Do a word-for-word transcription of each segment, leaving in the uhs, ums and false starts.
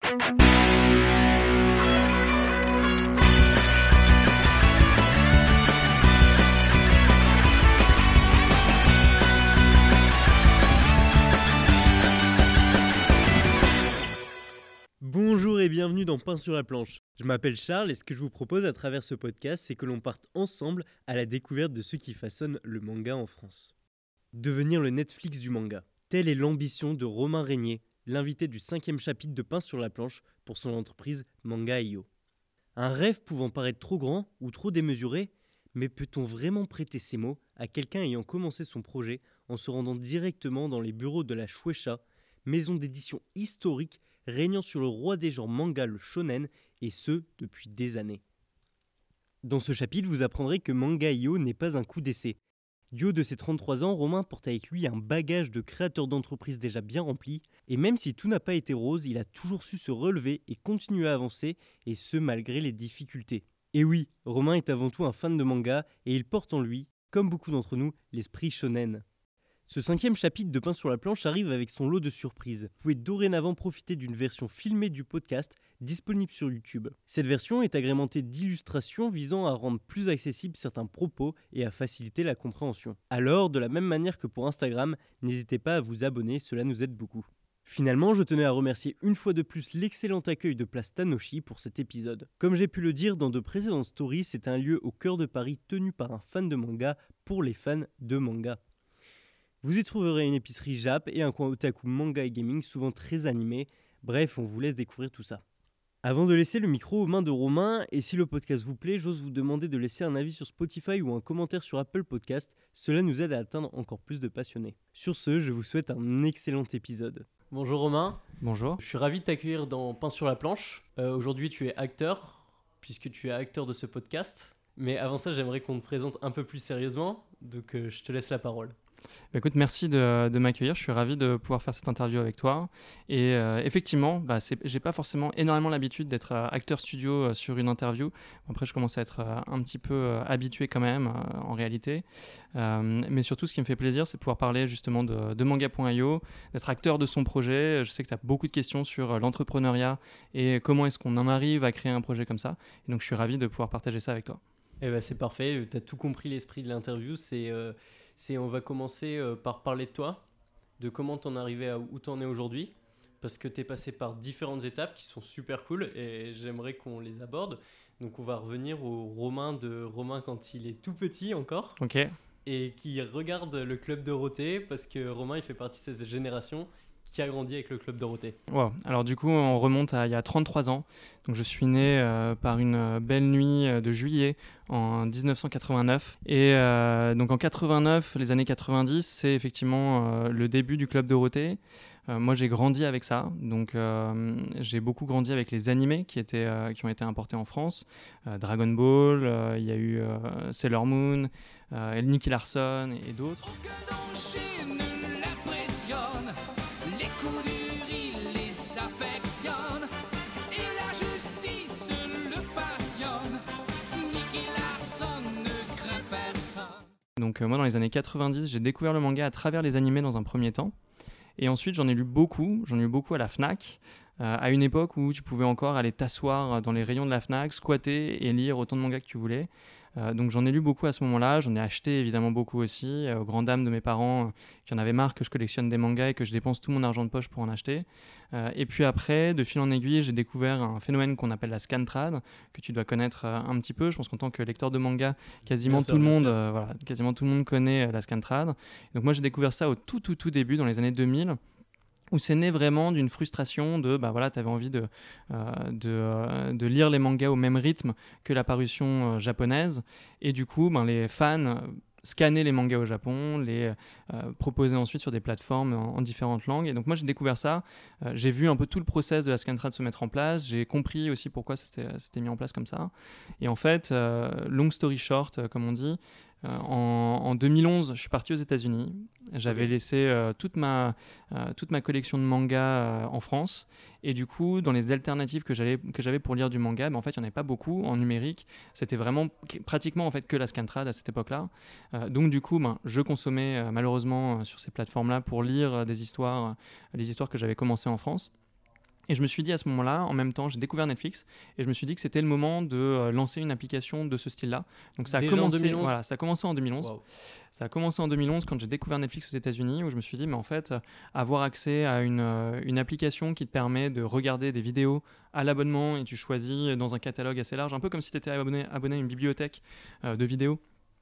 Bonjour et bienvenue dans Pain sur la planche. Je m'appelle Charles et ce que je vous propose à travers ce podcast, c'est que l'on parte ensemble à la découverte de ceux qui façonnent le manga en France. Devenir le Netflix du manga. Telle est l'ambition de Romain Régnier, l'invité du cinquième chapitre de Pain sur la planche pour son entreprise Manga point i o. Un rêve pouvant paraître trop grand ou trop démesuré, mais peut-on vraiment prêter ces mots à quelqu'un ayant commencé son projet en se rendant directement dans les bureaux de la Shueisha, maison d'édition historique régnant sur le roi des genres manga, le shonen, et ce, depuis des années. Dans ce chapitre, vous apprendrez que Manga point i o n'est pas un coup d'essai. Du haut de ses trente-trois ans, Romain porte avec lui un bagage de créateur d'entreprise déjà bien rempli, et même si tout n'a pas été rose, il a toujours su se relever et continuer à avancer, et ce malgré les difficultés. Et oui, Romain est avant tout un fan de manga, et il porte en lui, comme beaucoup d'entre nous, l'esprit shonen. Ce cinquième chapitre de Pain sur la planche arrive avec son lot de surprises. Vous pouvez dorénavant profiter d'une version filmée du podcast disponible sur YouTube. Cette version est agrémentée d'illustrations visant à rendre plus accessibles certains propos et à faciliter la compréhension. Alors, de la même manière que pour Instagram, n'hésitez pas à vous abonner, cela nous aide beaucoup. Finalement, je tenais à remercier une fois de plus l'excellent accueil de Place Tanoshi pour cet épisode. Comme j'ai pu le dire dans de précédentes stories, c'est un lieu au cœur de Paris tenu par un fan de manga pour les fans de manga. Vous y trouverez une épicerie Jap et un coin otaku manga et gaming souvent très animé. Bref, on vous laisse découvrir tout ça. Avant de laisser le micro aux mains de Romain, et si le podcast vous plaît, j'ose vous demander de laisser un avis sur Spotify ou un commentaire sur Apple Podcast. Cela nous aide à atteindre encore plus de passionnés. Sur ce, je vous souhaite un excellent épisode. Bonjour Romain. Bonjour. Je suis ravi de t'accueillir dans Pain sur la planche. Euh, aujourd'hui, tu es acteur, puisque tu es acteur de ce podcast. Mais avant ça, j'aimerais qu'on te présente un peu plus sérieusement. Donc, euh, je te laisse la parole. Bah écoute, merci de, de m'accueillir. Je suis ravi de pouvoir faire cette interview avec toi. Et euh, effectivement, bah, c'est, j'ai pas forcément énormément l'habitude d'être euh, acteur studio euh, sur une interview. Après, je commence à être euh, un petit peu euh, habitué quand même, euh, en réalité. Euh, mais surtout, ce qui me fait plaisir, c'est de pouvoir parler justement de, de Manga point i o, d'être acteur de son projet. Je sais que tu as beaucoup de questions sur euh, l'entrepreneuriat et comment est-ce qu'on en arrive à créer un projet comme ça. Et donc, je suis ravi de pouvoir partager ça avec toi. Eh ben, c'est parfait. Tu as tout compris l'esprit de l'interview. C'est... Euh... C'est, on va commencer euh, par parler de toi, de comment t'en es arrivé à où t'en es aujourd'hui, parce que t'es passé par différentes étapes qui sont super cool et j'aimerais qu'on les aborde. Donc on va revenir au Romain de Romain quand il est tout petit encore, Ok. et qui regarde le Club Dorothée, parce que Romain il fait partie de cette génération qui a grandi avec le Club Dorothée. Wow. Alors du coup, on remonte à il y a trente-trois ans. Donc je suis né euh, par une belle nuit de juillet en dix-neuf cent quatre-vingt-neuf. Et euh, donc en quatre-vingt-neuf, les années quatre-vingt-dix, c'est effectivement euh, le début du Club Dorothée. Euh, moi, j'ai grandi avec ça. Donc euh, j'ai beaucoup grandi avec les animés qui, étaient, euh, qui ont été importés en France. Euh, Dragon Ball, euh, il y a eu euh, Sailor Moon, euh, Nicky Larson et, et d'autres. Donc euh, moi, dans les années quatre-vingt-dix, j'ai découvert le manga à travers les animés dans un premier temps. Et ensuite, j'en ai lu beaucoup. J'en ai lu beaucoup à la Fnac, euh, à une époque où tu pouvais encore aller t'asseoir dans les rayons de la Fnac, squatter et lire autant de mangas que tu voulais. Euh, donc j'en ai lu beaucoup à ce moment-là. J'en ai acheté évidemment beaucoup aussi, euh, aux grandes dames de mes parents euh, qui en avaient marre que je collectionne des mangas et que je dépense tout mon argent de poche pour en acheter. Euh, et puis après, de fil en aiguille, j'ai découvert un phénomène qu'on appelle la scantrad, que tu dois connaître euh, un petit peu. Je pense qu'en tant que lecteur de manga, quasiment bien tout sûr, le bien monde, sûr. euh, voilà, quasiment tout le monde connaît euh, la scantrad. Donc moi, j'ai découvert ça au tout tout tout début, dans les années deux mille. Où c'est né vraiment d'une frustration de, bah voilà, tu avais envie de, euh, de, euh, de lire les mangas au même rythme que la parution euh, japonaise. Et du coup, ben, les fans scannaient les mangas au Japon, les euh, proposaient ensuite sur des plateformes en, en différentes langues. Et donc moi, j'ai découvert ça. Euh, j'ai vu un peu tout le process de la scantrad se mettre en place. J'ai compris aussi pourquoi ça s'était, s'était mis en place comme ça. Et en fait, euh, long story short, euh, comme on dit, Euh, en, en deux mille onze, je suis parti aux États-Unis. J'avais Ok. laissé euh, toute, ma, euh, toute ma collection de mangas euh, en France. Et du coup, dans les alternatives que, j'allais, que j'avais pour lire du manga, ben, en fait, il n'y en avait pas beaucoup en numérique. C'était vraiment pratiquement en fait, que la scantrad à cette époque-là. Euh, donc, du coup, ben, je consommais euh, malheureusement euh, sur ces plateformes-là pour lire euh, des histoires, euh, les histoires que j'avais commencées en France. Et je me suis dit à ce moment-là, en même temps, j'ai découvert Netflix et je me suis dit que c'était le moment de euh, lancer une application de ce style-là. Donc ça a Déjà en commencé, deux mille onze voilà, ça a commencé en deux mille onze. Wow. Ça a commencé en deux mille onze quand j'ai découvert Netflix aux États-Unis, où je me suis dit, mais en fait, euh, avoir accès à une, euh, une application qui te permet de regarder des vidéos à l'abonnement et tu choisis dans un catalogue assez large, un peu comme si tu étais abonné, abonné à une bibliothèque euh, de vidéos.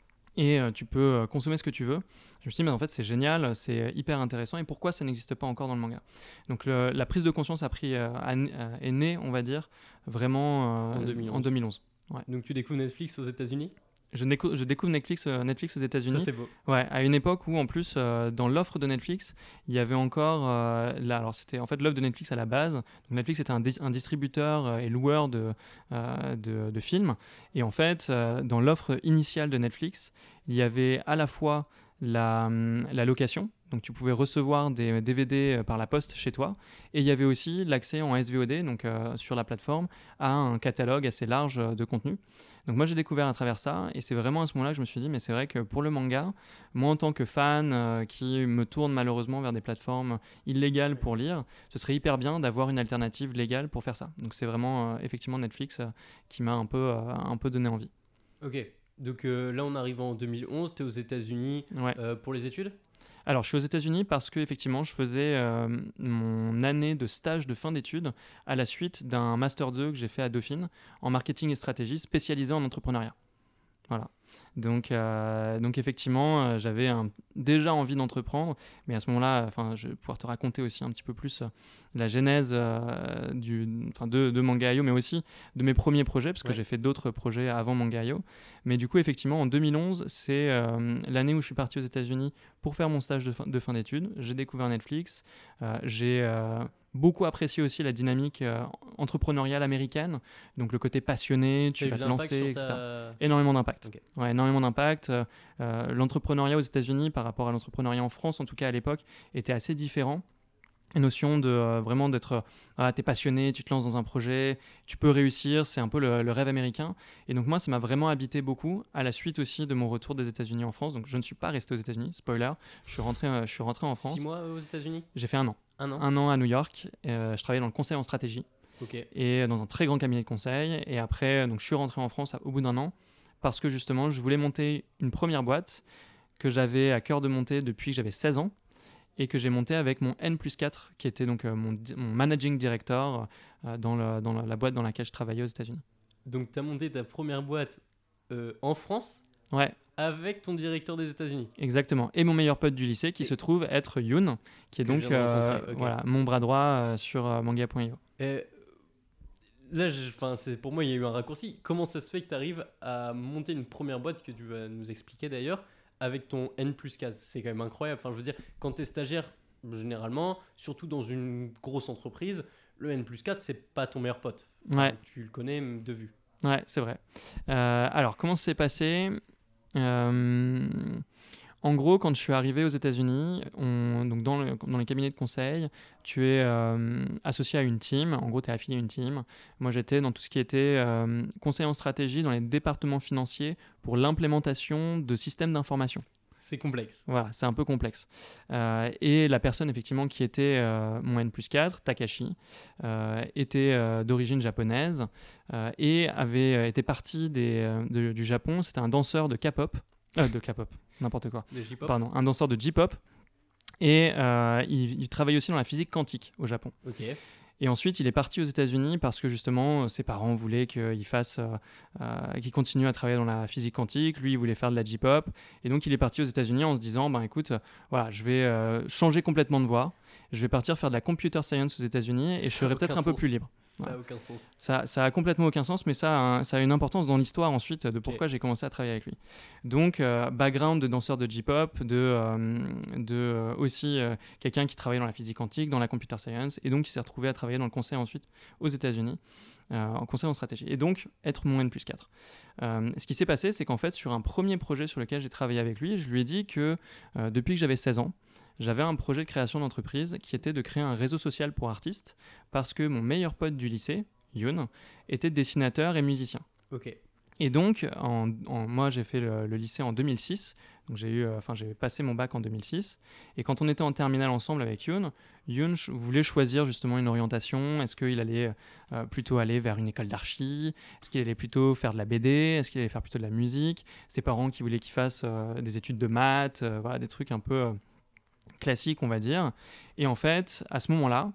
Et euh, tu peux euh, consommer ce que tu veux. Je me suis dit, mais en fait, c'est génial, c'est hyper intéressant. Et pourquoi ça n'existe pas encore dans le manga? Donc, le, la prise de conscience a pris, euh, a, euh, est née, on va dire, vraiment euh, En deux mille onze. En deux mille onze. Ouais. Donc tu découvres Netflix aux États-Unis? Je, décou- je découvre Netflix, euh, Netflix aux États-Unis. Ça, c'est beau. Ouais, à une époque où, en plus, euh, dans l'offre de Netflix, il y avait encore. Euh, là, alors, c'était en fait l'offre de Netflix à la base. Donc, Netflix était un, dis- un distributeur euh, et loueur de, euh, de, de films. Et en fait, euh, dans l'offre initiale de Netflix, il y avait à la fois la, hum, la location. Donc, tu pouvais recevoir des D V D par la poste chez toi. Et il y avait aussi l'accès en S V O D, donc euh, sur la plateforme, à un catalogue assez large euh, de contenu. Donc moi j'ai découvert à travers ça et c'est vraiment à ce moment-là que je me suis dit mais c'est vrai que pour le manga, moi en tant que fan euh, qui me tourne malheureusement vers des plateformes illégales pour lire, ce serait hyper bien d'avoir une alternative légale pour faire ça. Donc c'est vraiment euh, effectivement Netflix euh, qui m'a un peu, euh, un peu donné envie. Ok, donc euh, là on arrive en deux mille onze, tu es aux États-Unis Ouais. euh, pour les études? Alors, je suis aux États-Unis parce que effectivement, je faisais euh, mon année de stage de fin d'études à la suite d'un master deux que j'ai fait à Dauphine en marketing et stratégie spécialisé en entrepreneuriat. Voilà. Donc, euh, donc effectivement, euh, j'avais un- déjà envie d'entreprendre, mais à ce moment-là, enfin, je vais pouvoir te raconter aussi un petit peu plus euh, la genèse euh, du, enfin, de, de Manga.io, mais aussi de mes premiers projets, parce que Ouais. j'ai fait d'autres projets avant Manga.io. Mais du coup, effectivement, en deux mille onze, c'est euh, l'année où je suis parti aux États-Unis pour faire mon stage de fin, de fin d'études. J'ai découvert Netflix, euh, j'ai euh, beaucoup apprécié aussi la dynamique euh, entrepreneuriale américaine, donc le côté passionné, Ça a tu eu vas de te l'impact lancer, sur et cetera. ta... Énormément d'impact. Ok. Ouais, énormément d'impact. Euh, euh, l'entrepreneuriat aux États-Unis par rapport à l'entrepreneuriat en France, en tout cas à l'époque, était assez différent. La notion de euh, vraiment d'être, euh, ah, t'es passionné, tu te lances dans un projet, tu peux réussir, c'est un peu le, le rêve américain. Et donc moi, ça m'a vraiment habité beaucoup à la suite aussi de mon retour des États-Unis en France. Donc je ne suis pas resté aux États-Unis, spoiler. Je suis rentré, euh, je suis rentré en France. Six mois euh, aux États-Unis? J'ai fait un an. Un an? Un an à New York. Euh, je travaillais dans le conseil en stratégie Ok. et dans un très grand cabinet de conseil. Et après, donc, je suis rentré en France au bout d'un an parce que justement, je voulais monter une première boîte que j'avais à cœur de monter depuis que j'avais seize ans et que j'ai monté avec mon N plus quatre, qui était donc euh, mon, di- mon managing director euh, dans, le- dans la, la boîte dans laquelle je travaillais aux États-Unis. Donc tu as monté ta première boîte euh, en France Ouais, avec ton directeur des États-Unis. exactement. Et mon meilleur pote du lycée qui Et- se trouve être Yoon, qui est Que je donc viens de euh, rencontrer, ok. voilà, mon bras droit euh, sur euh, manga point io. Et là, je- 'fin, c'est, pour moi, il y a eu un raccourci. Comment ça se fait que tu arrives à monter une première boîte, que tu vas nous expliquer d'ailleurs, avec ton N plus quatre? C'est quand même incroyable. Enfin, je veux dire, quand tu es stagiaire, généralement, surtout dans une grosse entreprise, le N plus quatre, c'est pas ton meilleur pote. Enfin, Ouais. Tu le connais de vue. Ouais, c'est vrai. Euh, alors, comment ça s'est passé? Euh, En gros, quand je suis arrivé aux États-Unis, on- donc dans, le, dans les cabinets de conseil, tu es euh, associé à une team. En gros, tu es affilié à une team. Moi, j'étais dans tout ce qui était euh, conseil en stratégie dans les départements financiers pour l'implémentation de systèmes d'information. C'est complexe. Voilà, c'est un peu complexe. Euh, et la personne, effectivement, qui était euh, mon N plus quatre, Takashi, euh, était euh, d'origine japonaise euh, et avait euh, été parti des, euh, de- du Japon. C'était un danseur de K-pop. Euh, de K-pop, n'importe quoi. Le J-pop. Pardon, un danseur de J-pop. Et euh, il, il travaille aussi dans la physique quantique au Japon. Ok. Et ensuite, il est parti aux États-Unis parce que justement, ses parents voulaient qu'il fasse, euh, euh, qu'il continue à travailler dans la physique quantique. Lui, il voulait faire de la J-pop. Et donc, il est parti aux États-Unis en se disant, ben écoute, euh, voilà, je vais euh, changer complètement de voie. Je vais partir faire de la computer science aux États-Unis et je Ça serai a peut-être aucun un peu sens. plus libre. Ça Ouais. a aucun sens. Ça, ça a complètement aucun sens, mais ça a, un- ça a une importance dans l'histoire ensuite de pourquoi j'ai commencé à travailler avec lui. Donc, euh, background de danseur de J-pop, de, euh, de euh, aussi euh, quelqu'un qui travaillait dans la physique quantique, dans la computer science, et donc qui s'est retrouvé à travailler dans le conseil ensuite aux États-Unis, euh, en conseil en stratégie, et donc être mon N plus quatre. Euh, ce qui s'est passé, c'est qu'en fait, sur un premier projet sur lequel j'ai travaillé avec lui, je lui ai dit que euh, depuis que j'avais seize ans, j'avais un projet de création d'entreprise qui était de créer un réseau social pour artistes, parce que mon meilleur pote du lycée, Yoon, était dessinateur et musicien. Ok. Et donc, en, en, moi, j'ai fait le, le lycée en deux mille six. Donc, j'ai, eu, enfin, j'ai passé mon bac en deux mille six. Et quand on était en terminale ensemble avec Youn, Youn ch- voulait choisir justement une orientation. Est-ce qu'il allait euh, plutôt aller vers une école d'archi? Est-ce qu'il allait plutôt faire de la B D? Est-ce qu'il allait faire plutôt de la musique? Ses parents qui voulaient qu'il fasse euh, des études de maths, euh, voilà, des trucs un peu euh, classiques, on va dire. Et en fait, à ce moment-là,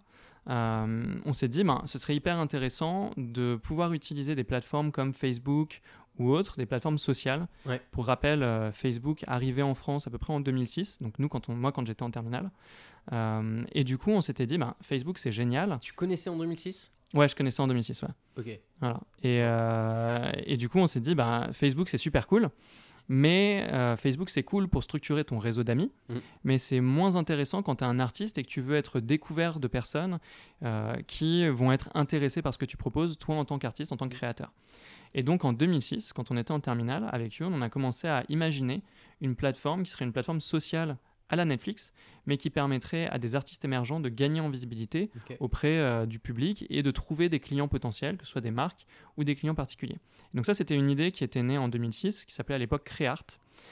Euh, on s'est dit, ben, ce serait hyper intéressant de pouvoir utiliser des plateformes comme Facebook ou autres, des plateformes sociales. Ouais. Pour rappel, euh, Facebook arrivait en France à peu près en deux mille six, donc nous, quand on, moi quand j'étais en terminale. Euh, et du coup, on s'était dit, ben, Facebook c'est génial. Tu connaissais en deux mille six? Ouais, je connaissais en deux mille six, ouais. Ok. Voilà. Et, euh, et du coup, on s'est dit, ben, Facebook c'est super cool. Mais euh, Facebook, c'est cool pour structurer ton réseau d'amis, mmh. mais c'est moins intéressant quand tu es un artiste et que tu veux être découvert de personnes euh, qui vont être intéressées par ce que tu proposes, toi en tant qu'artiste, en tant que créateur. Et donc en deux mille six, quand on était en terminale avec Youn, on a commencé à imaginer une plateforme qui serait une plateforme sociale à la Netflix, mais qui permettrait à des artistes émergents de gagner en visibilité okay. auprès euh, du public et de trouver des clients potentiels, que ce soit des marques ou des clients particuliers. Et donc ça, c'était une idée qui était née en deux mille six, qui s'appelait à l'époque Créart,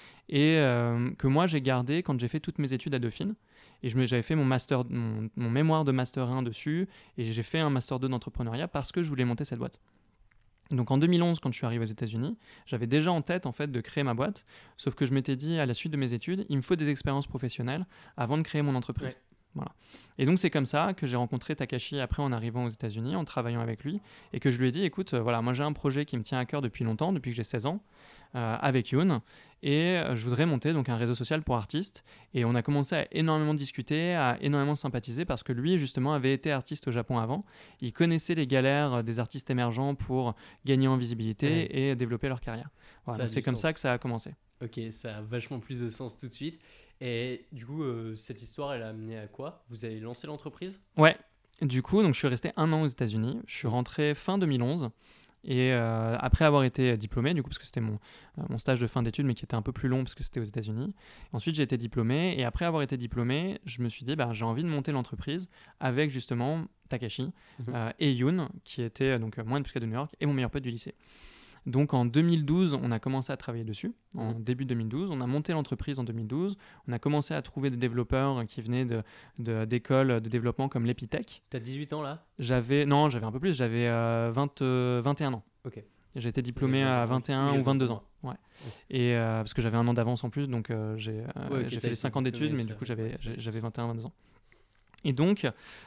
et euh, que moi, j'ai gardé quand j'ai fait toutes mes études à Dauphine. Et je me, j'avais fait mon, master, mon, mon mémoire de Master un dessus, et j'ai fait un Master deux d'entrepreneuriat parce que je voulais monter cette boîte. Donc en deux mille onze, quand je suis arrivé aux États-Unis, j'avais déjà en tête en fait de créer ma boîte, sauf que je m'étais dit à la suite de mes études, il me faut des expériences professionnelles avant de créer mon entreprise. Ouais. Voilà. Et donc c'est comme ça que j'ai rencontré Takashi après en arrivant aux États-Unis, en travaillant avec lui, et que je lui ai dit, écoute, euh, voilà, moi j'ai un projet qui me tient à cœur depuis longtemps, depuis que j'ai seize ans, euh, avec Youn, et euh, je voudrais monter donc un réseau social pour artistes. Et on a commencé à énormément discuter, à énormément sympathiser, parce que lui justement avait été artiste au Japon avant, il connaissait les galères des artistes émergents pour gagner en visibilité ouais. et développer leur carrière. Voilà, donc c'est comme ça que ça a commencé. Ok, ça a vachement plus de sens tout de suite. Et du coup, euh, cette histoire, elle a amené à quoi? Vous avez lancé l'entreprise? Ouais, du coup, donc, je suis resté un an aux États-Unis. Je suis rentré fin deux mille onze. Et euh, après avoir été diplômé, du coup, parce que c'était mon, euh, mon stage de fin d'études, mais qui était un peu plus long parce que c'était aux États-Unis. Ensuite, j'ai été diplômé. Et après avoir été diplômé, je me suis dit, bah, j'ai envie de monter l'entreprise avec justement Takashi mm-hmm. euh, et Youn, qui était donc moi, une de New York, et mon meilleur pote du lycée. Donc en deux mille douze, on a commencé à travailler dessus, en mmh. début deux mille douze. On a monté l'entreprise en deux mille douze. On a commencé à trouver des développeurs qui venaient de, de, d'écoles de développement comme l'Epitech. T'as dix-huit ans là? J'avais, non, j'avais un peu plus, j'avais euh, vingt, euh, vingt et un ans. Ok. J'ai été diplômé à vingt et un oui, ou vingt-deux ans. Ouais. Okay. Et, euh, parce que j'avais un an d'avance en plus, donc euh, j'ai, euh, ouais, okay, j'ai fait les cinq ans d'études, mais ça, du coup j'avais, ouais, j'avais vingt et un, vingt-deux ans. Et donc,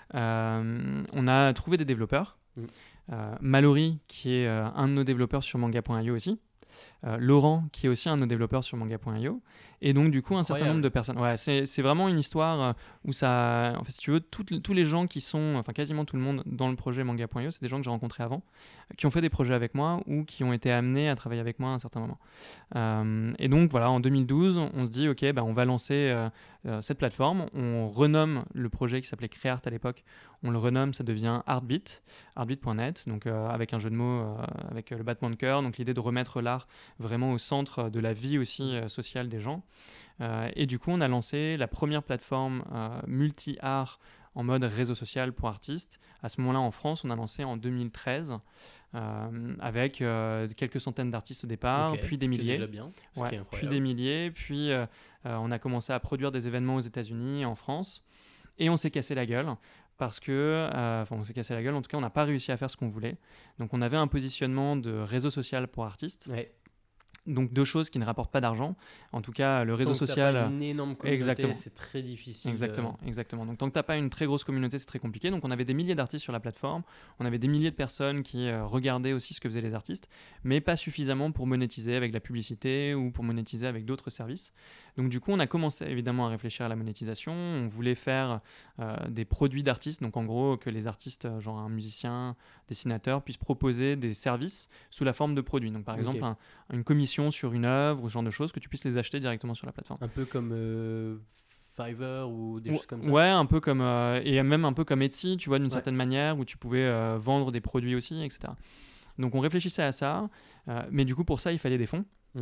euh, on a trouvé des développeurs. Mmh. Euh, Mallory, qui est euh, un de nos développeurs sur manga point i o aussi. Euh, Laurent, qui est aussi un de nos développeurs sur manga point i o. Et donc, du coup, un certain nombre de personnes. Ouais, c'est, c'est vraiment une histoire où ça. En fait, si tu veux, tout, tous les gens qui sont. Enfin, quasiment tout le monde dans le projet manga point i o, c'est des gens que j'ai rencontrés avant, qui ont fait des projets avec moi ou qui ont été amenés à travailler avec moi à un certain moment. Euh, et donc, voilà, en deux mille douze, on se dit, OK, bah, on va lancer euh, euh, cette plateforme. On renomme le projet qui s'appelait Créart à l'époque. On le renomme, ça devient Artbeat, artbeat point net, donc euh, avec un jeu de mots, euh, avec le battement de cœur. Donc, l'idée de remettre l'art vraiment au centre de la vie aussi euh, sociale des gens. Euh, et du coup, on a lancé la première plateforme euh, multi-art en mode réseau social pour artistes. À ce moment-là, en France, on a lancé en deux mille treize euh, avec euh, quelques centaines d'artistes au départ, okay, puis des milliers. Déjà bien, ouais, puis des milliers. Puis euh, euh, on a commencé à produire des événements aux États-Unis et en France. Et on s'est cassé la gueule. Parce que, euh, enfin, on s'est cassé la gueule. En tout cas, on n'a pas réussi à faire ce qu'on voulait. Donc, on avait un positionnement de réseau social pour artistes. Ouais. Donc deux choses qui ne rapportent pas d'argent. En tout cas, le réseau tant que social. T'as pas une énorme communauté, exactement. C'est très difficile. Exactement, de... exactement. Donc tant que t'as pas une très grosse communauté, c'est très compliqué. Donc on avait des milliers d'artistes sur la plateforme, on avait des milliers de personnes qui euh, regardaient aussi ce que faisaient les artistes, mais pas suffisamment pour monétiser avec la publicité ou pour monétiser avec d'autres services. Donc du coup, on a commencé évidemment à réfléchir à la monétisation. On voulait faire euh, des produits d'artistes, donc en gros que les artistes, genre un musicien, dessinateur, puissent proposer des services sous la forme de produits. Donc par okay. exemple, un, une commission sur une œuvre ou ce genre de choses, que tu puisses les acheter directement sur la plateforme. Un peu comme euh, Fiverr ou des ouais, choses comme ça. Ouais, un peu comme euh, et même un peu comme Etsy, tu vois, d'une ouais. certaine manière, où tu pouvais euh, vendre des produits aussi, et cetera. Donc on réfléchissait à ça, euh, mais du coup pour ça il fallait des fonds. Mm.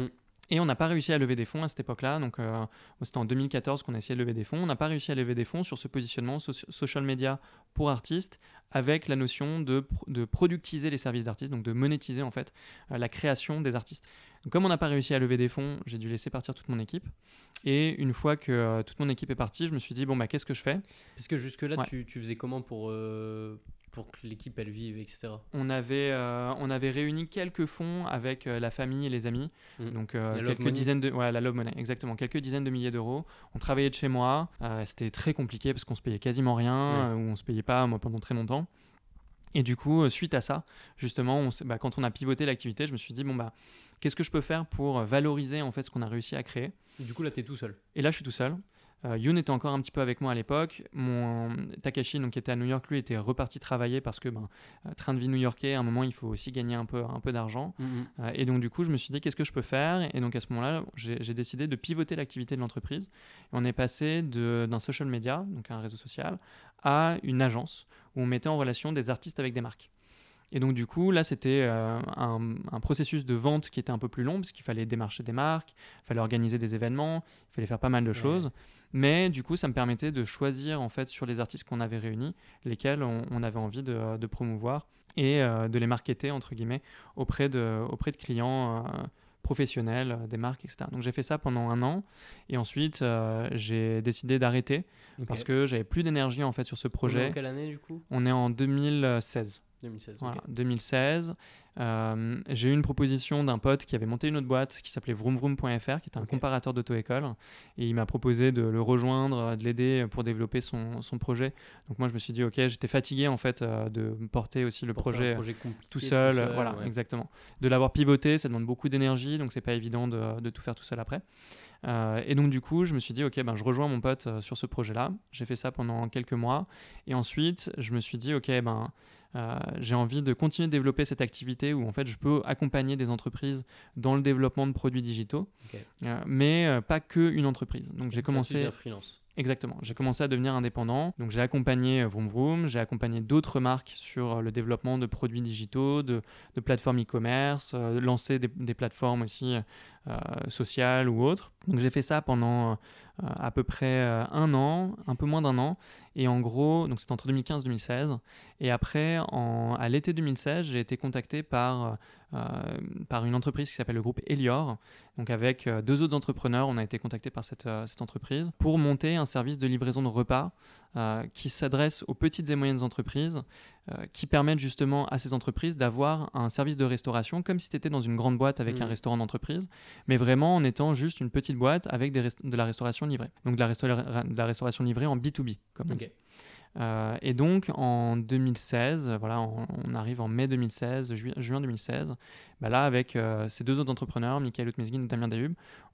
Et on n'a pas réussi à lever des fonds à cette époque-là. Donc, euh, c'était en deux mille quatorze qu'on a essayé de lever des fonds. On n'a pas réussi à lever des fonds sur ce positionnement so- social media pour artistes, avec la notion de, de productiser les services d'artistes, donc de monétiser en fait euh, la création des artistes. Donc, comme on n'a pas réussi à lever des fonds, j'ai dû laisser partir toute mon équipe. Et une fois que euh, toute mon équipe est partie, je me suis dit, bon, bah, qu'est-ce que je fais ? Parce que jusque-là, Ouais. tu, tu faisais comment pour, euh, pour que l'équipe, elle vive, et cetera. On avait, euh, on avait réuni quelques fonds avec euh, la famille et les amis, Mmh. donc euh, La Love quelques Money. dizaines de, ouais, la Love Money, exactement, quelques dizaines de milliers d'euros. On travaillait de chez moi, euh, c'était très compliqué parce qu'on se payait quasiment rien, Ouais. euh, ou on se payait pas, moi, pendant très longtemps. Et du coup, euh, suite à ça, justement, on s'est- bah, quand on a pivoté l'activité, je me suis dit, bon, bah, qu'est-ce que je peux faire pour valoriser en fait ce qu'on a réussi à créer ? Du coup, là, t'es tout seul. Et là, je suis tout seul. Euh, Yoon était encore un petit peu avec moi à l'époque. Mon Takashi, donc, qui était à New York, lui, était reparti travailler parce que, ben, euh, train de vie new-yorkais, à un moment, il faut aussi gagner un peu, un peu d'argent. Mmh. Euh, et donc, du coup, je me suis dit, qu'est-ce que je peux faire ? Et donc, à ce moment-là, j'ai, j'ai décidé de pivoter l'activité de l'entreprise. Et on est passé de, d'un social media, donc un réseau social, à une agence où on mettait en relation des artistes avec des marques. Et donc, du coup, là, c'était euh, un, un processus de vente qui était un peu plus long parce qu'il fallait démarcher des marques, il fallait organiser des événements, il fallait faire pas mal de Ouais. choses. Mais du coup, ça me permettait de choisir, en fait, sur les artistes qu'on avait réunis, lesquels on, on avait envie de, de promouvoir et euh, de les marketer, entre guillemets, auprès de, auprès de clients euh, professionnels, euh, des marques, et cetera. Donc, j'ai fait ça pendant un an. Et ensuite, euh, j'ai décidé d'arrêter Ok. parce que j'avais plus d'énergie, en fait, sur ce On est projet. en quelle année, du coup ? On est en deux mille seize. deux mille seize. Voilà, Ok. deux mille seize. Euh, j'ai eu une proposition d'un pote qui avait monté une autre boîte qui s'appelait vroom vroom point f r, qui était un Ok. comparateur d'auto-école. Et il m'a proposé de le rejoindre, de l'aider pour développer son, son projet. Donc moi, je me suis dit, OK, j'étais fatigué en fait euh, de porter aussi le Porter projet, un projet compliqué, tout seul. tout seul, voilà, ouais. exactement. De l'avoir pivoté, ça demande beaucoup d'énergie, donc c'est pas évident de, de tout faire tout seul après. Euh, et donc du coup, je me suis dit, ok, ben, je rejoins mon pote euh, sur ce projet-là. J'ai fait ça pendant quelques mois. Et ensuite, je me suis dit, ok, ben, euh, j'ai envie de continuer de développer cette activité où en fait, je peux accompagner des entreprises dans le développement de produits digitaux, Ok. euh, mais euh, pas que une entreprise. Donc j'ai Là, tu commencé... deviens freelance. Exactement. J'ai commencé à devenir indépendant. Donc, j'ai accompagné euh, Vroom Vroom, j'ai accompagné d'autres marques sur euh, le développement de produits digitaux, de, de plateformes e-commerce, euh, lancer des, des plateformes aussi euh, sociales ou autres. Donc, j'ai fait ça pendant euh, à peu près euh, un an, un peu moins d'un an. Et en gros, donc c'était entre deux mille quinze et deux mille seize. Et après, en, à l'été deux mille seize, j'ai été contacté par, euh, par une entreprise qui s'appelle le groupe Elior. Donc avec euh, deux autres entrepreneurs, on a été contactés par cette, euh, cette entreprise pour monter un service de livraison de repas euh, qui s'adresse aux petites et moyennes entreprises, euh, qui permettent justement à ces entreprises d'avoir un service de restauration comme si tu étais dans une grande boîte avec Mmh. un restaurant d'entreprise, mais vraiment en étant juste une petite boîte avec des rest- de la restauration livrée. Donc de la, restaura- de la restauration livrée en B to B, comme on Ok. dit. Euh, et donc en deux mille seize, voilà, on, on arrive en mai deux mille seize, ju- juin deux mille seize, bah là avec euh, ces deux autres entrepreneurs, Michael Outmezgin et Damien Dahub,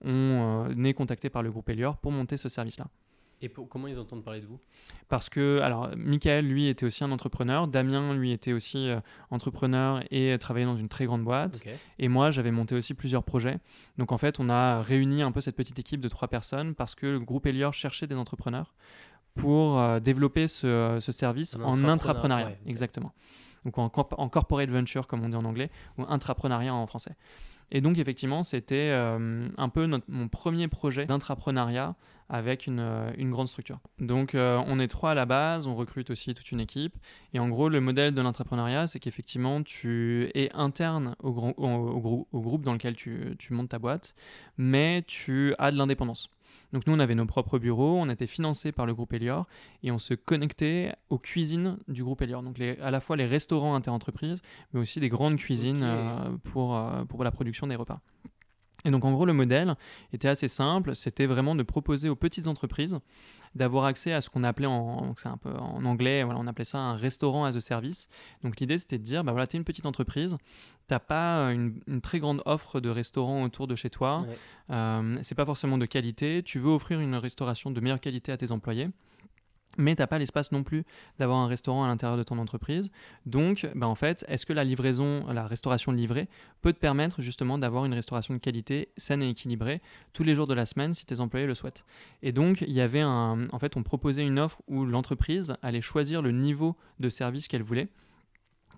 on euh, est contacté par le groupe Elior pour monter ce service-là. Et pour- comment ils entendent parler de vous ? Parce que, alors, Michael, lui, était aussi un entrepreneur, Damien, lui, était aussi euh, entrepreneur et euh, travaillait dans une très grande boîte. Ok. Et moi, j'avais monté aussi plusieurs projets. Donc, en fait, on a réuni un peu cette petite équipe de trois personnes parce que le groupe Elior cherchait des entrepreneurs pour euh, développer ce, ce service Un en intrapreneur- intrapreneuriat. ouais, ok. Exactement. Donc, en, corp- en corporate venture, comme on dit en anglais, ou intrapreneuriat en français. Et donc, effectivement, c'était euh, un peu notre- mon premier projet d'intrapreneuriat avec une, euh, une grande structure. Donc, euh, on est trois à la base, on recrute aussi toute une équipe. Et en gros, le modèle de l'intrapreneuriat, c'est qu'effectivement, tu es interne au, grand- au, au grou- au groupe dans lequel tu, tu montes ta boîte, mais tu as de l'indépendance. Donc, nous, on avait nos propres bureaux, on était financés par le groupe Elior et on se connectait aux cuisines du groupe Elior. Donc, les, à la fois les restaurants interentreprises, mais aussi des grandes cuisines Ok. euh, pour, euh, pour la production des repas. Et donc, en gros, le modèle était assez simple. C'était vraiment de proposer aux petites entreprises d'avoir accès à ce qu'on appelait en, donc c'est un peu en anglais, voilà, on appelait ça un restaurant as a service. Donc, l'idée, c'était de dire, bah voilà, tu es une petite entreprise, tu n'as pas une, une très grande offre de restaurants autour de chez toi, Ouais. euh, c'est pas forcément de qualité, tu veux offrir une restauration de meilleure qualité à tes employés, mais tu n'as pas l'espace non plus d'avoir un restaurant à l'intérieur de ton entreprise. Donc, bah en fait, est-ce que la livraison, la restauration livrée peut te permettre justement d'avoir une restauration de qualité saine et équilibrée tous les jours de la semaine si tes employés le souhaitent. Et donc, il y avait un... En fait, on proposait une offre où l'entreprise allait choisir le niveau de service qu'elle voulait.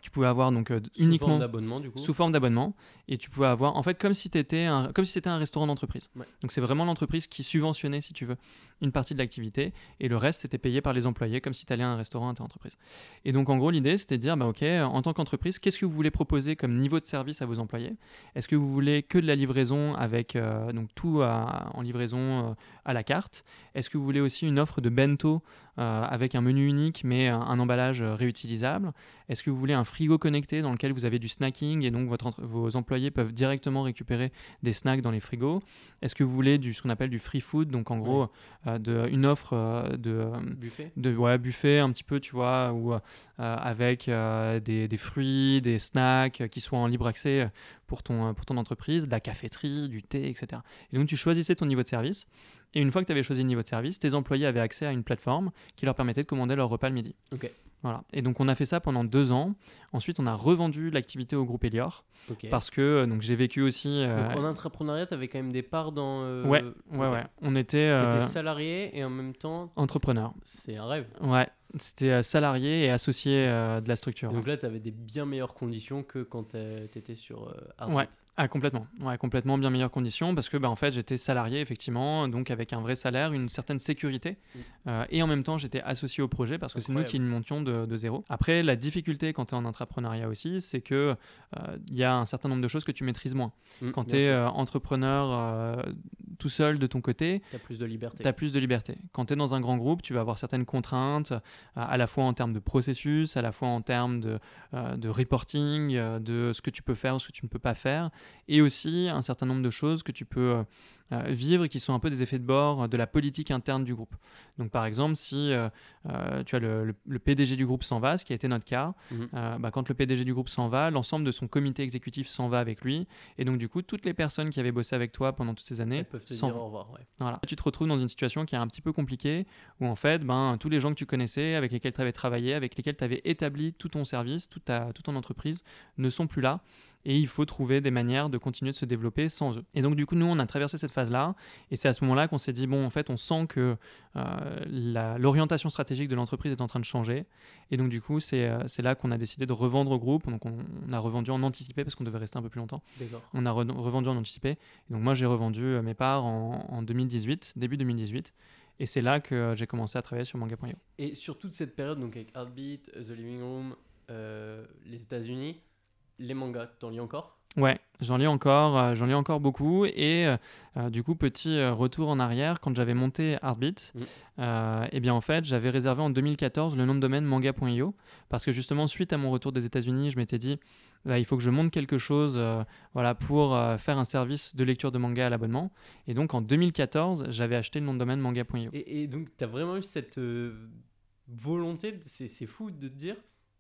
Tu pouvais avoir donc euh, Sous uniquement forme d'abonnement, du coup. sous forme d'abonnement, et tu pouvais avoir en fait comme si t'étais un comme si c'était un restaurant d'entreprise. Ouais. Donc c'est vraiment l'entreprise qui subventionnait, si tu veux, une partie de l'activité, et le reste c'était payé par les employés comme si tu allais à un restaurant inter-entreprise. Et donc en gros l'idée c'était de dire bah ok, en tant qu'entreprise, qu'est-ce que vous voulez proposer comme niveau de service à vos employés? Est-ce que vous voulez que de la livraison avec euh, donc tout à- en livraison euh, à la carte? Est-ce que vous voulez aussi une offre de bento euh, avec un menu unique mais un, un emballage euh, réutilisable? Est-ce que vous voulez un frigo connecté dans lequel vous avez du snacking et donc votre entre- vos employés peuvent directement récupérer des snacks dans les frigos? Est-ce que vous voulez du, ce qu'on appelle du free food, donc en gros Ouais. euh, de, une offre euh, de, euh, Buffet. de ouais, buffet un petit peu, tu vois, ou euh, avec euh, des, des fruits, des snacks euh, qui soient en libre accès pour ton, euh, pour ton entreprise, de la caféterie, du thé, et cetera. Et donc tu choisissais ton niveau de service. Et une fois que tu avais choisi le niveau de service, tes employés avaient accès à une plateforme qui leur permettait de commander leur repas le midi. Ok. Voilà. Et donc on a fait ça pendant deux ans. Ensuite, on a revendu l'activité au groupe Elior Ok. parce que euh, donc j'ai vécu aussi. euh, Donc en entrepreneuriat, tu avais quand même des parts dans. euh, Ouais, ouais, ok. ouais. On était euh, T'étais salarié et en même temps. entrepreneurs. C'est un rêve. Ouais, c'était euh, salarié et associé euh, de la structure. Et donc là, tu avais des bien meilleures conditions que quand tu étais sur euh, Ardbit. Ouais. Ah, complètement. Ouais, complètement bien meilleures conditions parce que bah, en fait, j'étais salarié effectivement, donc avec un vrai salaire, une certaine sécurité Mm. euh, et en même temps, j'étais associé au projet parce que c'est nous Incroyable. qui le montions de, de zéro. Après, la difficulté quand tu es en entrepreneuriat aussi, c'est que euh, il y a un certain nombre de choses que tu maîtrises moins. Mm, Quand bien tu es sûr. entrepreneur euh, tout seul de ton côté, T'as plus de liberté. tu as plus de liberté. Quand tu es dans un grand groupe, tu vas avoir certaines contraintes, euh, à la fois en termes de processus, à la fois en termes de, euh, de reporting, euh, de ce que tu peux faire ou ce que tu ne peux pas faire, et aussi un certain nombre de choses que tu peux euh, euh, vivre et qui sont un peu des effets de bord de la politique interne du groupe. Donc par exemple, si euh, euh, tu as le, le- le P D G du groupe s'en va, ce qui a été notre cas, Mhm. euh, bah, quand le P D G du groupe s'en va, l'ensemble de son comité exécutif s'en va avec lui, et donc du coup, toutes les personnes qui avaient bossé avec toi pendant toutes ces années Elles peuvent te s'en dire vont. au revoir. Ouais. Voilà. Tu te retrouves dans une situation qui est un petit peu compliquée où en fait, ben, tous les gens que tu connaissais, avec lesquels tu avais travaillé, avec lesquels tu avais établi tout ton service, toute, ta, toute ton entreprise, ne sont plus là. Et il faut trouver des manières de continuer de se développer sans eux. Et donc du coup, nous, on a traversé cette phase-là. Et c'est à ce moment-là qu'on s'est dit, bon, en fait, on sent que euh, la- l'orientation stratégique de l'entreprise est en train de changer. Et donc du coup, c'est euh, c'est là qu'on a décidé de revendre au groupe. Donc on, on a revendu en anticipé parce qu'on devait rester un peu plus longtemps. D'accord. On a re- revendu en anticipé. Et donc moi, j'ai revendu euh, mes parts en, en deux mille dix-huit, début deux mille dix-huit. Et c'est là que euh, j'ai commencé à travailler sur manga point io. Et sur toute cette période, donc avec Heartbeat, The Living Room, euh, les États-Unis, les mangas, t'en lis encore? Ouais, j'en lis encore, euh, j'en lis encore beaucoup. Et euh, euh, du coup, petit euh, retour en arrière, quand j'avais monté Heartbeat, Mm. euh, eh bien en fait, j'avais réservé en deux mille quatorze le nom de domaine manga point io parce que justement, suite à mon retour des États-Unis, je m'étais dit, bah, il faut que je monte quelque chose, euh, voilà, pour euh, faire un service de lecture de manga à l'abonnement. Et donc en deux mille quatorze, j'avais acheté le nom de domaine manga point io. Et, et donc, t'as vraiment eu cette euh, volonté, de- c'est c'est fou de te dire,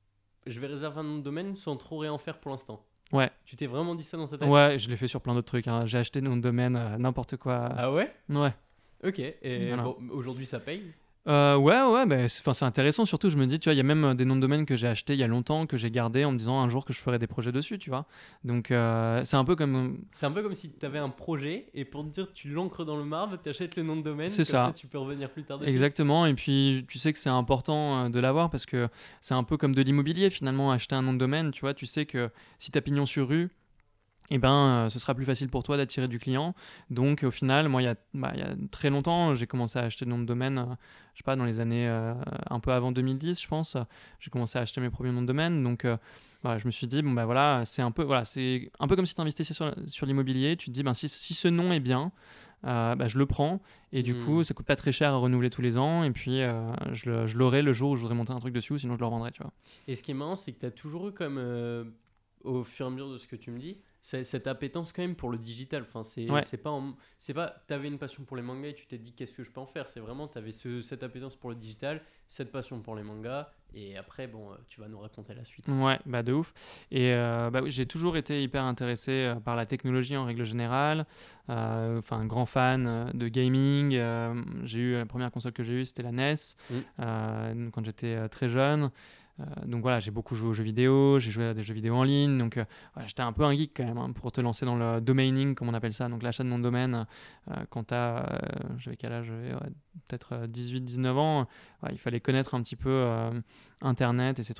je vais réserver un nom de domaine sans trop rien en faire pour l'instant. Ouais, Tu t'es vraiment dit ça dans ta tête? ouais, je l'ai fait sur plein d'autres trucs, hein. J'ai acheté le nom de domaine, euh, n'importe quoi. Ah ouais? Ouais. Ok. Et Voilà. bon, aujourd'hui, ça paye? Euh, ouais, ouais, bah, c'est 'fin, c'est intéressant. Surtout, je me dis, tu vois, il y a même euh, des noms de domaine que j'ai achetés il y a longtemps, que j'ai gardés en me disant un jour que je ferai des projets dessus, tu vois. Donc, euh, c'est un peu comme. C'est un peu comme si tu avais un projet et pour te dire tu l'ancres dans le marbre, tu achètes le nom de domaine, C'est comme ça. ça tu peux revenir plus tard dessus. Exactement. Et puis, tu sais que c'est important euh, de l'avoir parce que c'est un peu comme de l'immobilier, finalement, acheter un nom de domaine. Tu vois, tu sais que si tu as pignon sur rue, eh ben, euh, ce sera plus facile pour toi d'attirer du client. Donc, au final, moi, il y a, bah, il y a très longtemps, j'ai commencé à acheter des noms de domaine, euh, je sais pas, dans les années euh, un peu avant deux mille dix, je pense. J'ai commencé à acheter mes premiers noms de domaine. Donc, euh, voilà, je me suis dit, bon, bah voilà, c'est un peu, voilà, c'est un peu comme si tu investissais sur, sur l'immobilier. Tu te dis, ben, si, si ce nom est bien, euh, bah, je le prends. Et du Mm. coup, ça coûte pas très cher à renouveler tous les ans. Et puis, euh, je, le- je l'aurai le jour où je voudrais monter un truc dessus, ou sinon je le revendrai, tu vois. Et ce qui est marrant, c'est que tu as toujours eu comme, euh, au fur et à mesure de ce que tu me dis, c'est- cette appétence quand même pour le digital. Enfin, c'est Ouais. c'est pas, en- c'est pas tu avais une passion pour les mangas et tu t'es dit qu'est-ce que je peux en faire. C'est vraiment, tu avais ce, cette appétence pour le digital, cette passion pour les mangas. Et après, bon, euh, tu vas nous raconter la suite. Ouais, bah de ouf. Et euh, bah oui, j'ai toujours été hyper intéressé euh, par la technologie en règle générale. Euh, Enfin, un grand fan euh, de gaming. Euh, j'ai eu la première console que j'ai eue, c'était la N E S Mm. euh, quand j'étais euh, très jeune. Euh, donc voilà, j'ai beaucoup joué aux jeux vidéo, j'ai joué à des jeux vidéo en ligne. Donc euh, voilà, j'étais un peu un geek quand même hein, pour te lancer dans le domaining, comme on appelle ça, donc l'achat de nom de domaine. Euh, quand t'as, euh, j'avais quel âge? J'avais, ouais, peut-être dix-huit dix-neuf ans. Ouais, il fallait connaître un petit peu euh, Internet et ces trucs-là.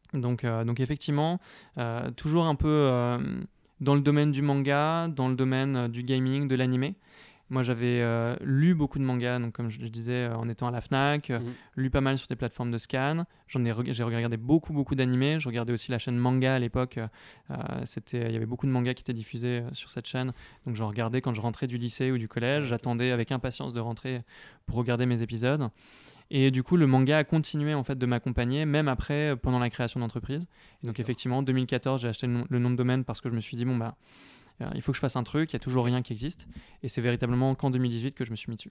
Donc, euh, donc effectivement, euh, toujours un peu euh, dans le domaine du manga, dans le domaine euh, du gaming, de l'animé. Moi, j'avais euh, lu beaucoup de mangas, donc comme je, je disais, euh, en étant à la Fnac, euh, Mhm. lu pas mal sur des plateformes de scan. J'en ai, reg- j'ai regardé beaucoup, beaucoup d'animés. Je regardais aussi la chaîne Manga à l'époque. euh, c'était, il y avait beaucoup de mangas qui étaient diffusés euh, sur cette chaîne. Donc, j'en regardais quand je rentrais du lycée ou du collège. Ah, ok. J'attendais avec impatience de rentrer pour regarder mes épisodes. Et du coup, le manga a continué en fait de m'accompagner, même après, euh, pendant la création d'entreprise. Et donc, D'accord. effectivement, en deux mille quatorze, j'ai acheté le nom, le nom de domaine parce que je me suis dit, bon, bah, euh, il faut que je fasse un truc, il n'y a toujours rien qui existe. Et c'est véritablement qu'en deux mille dix-huit que je me suis mis dessus.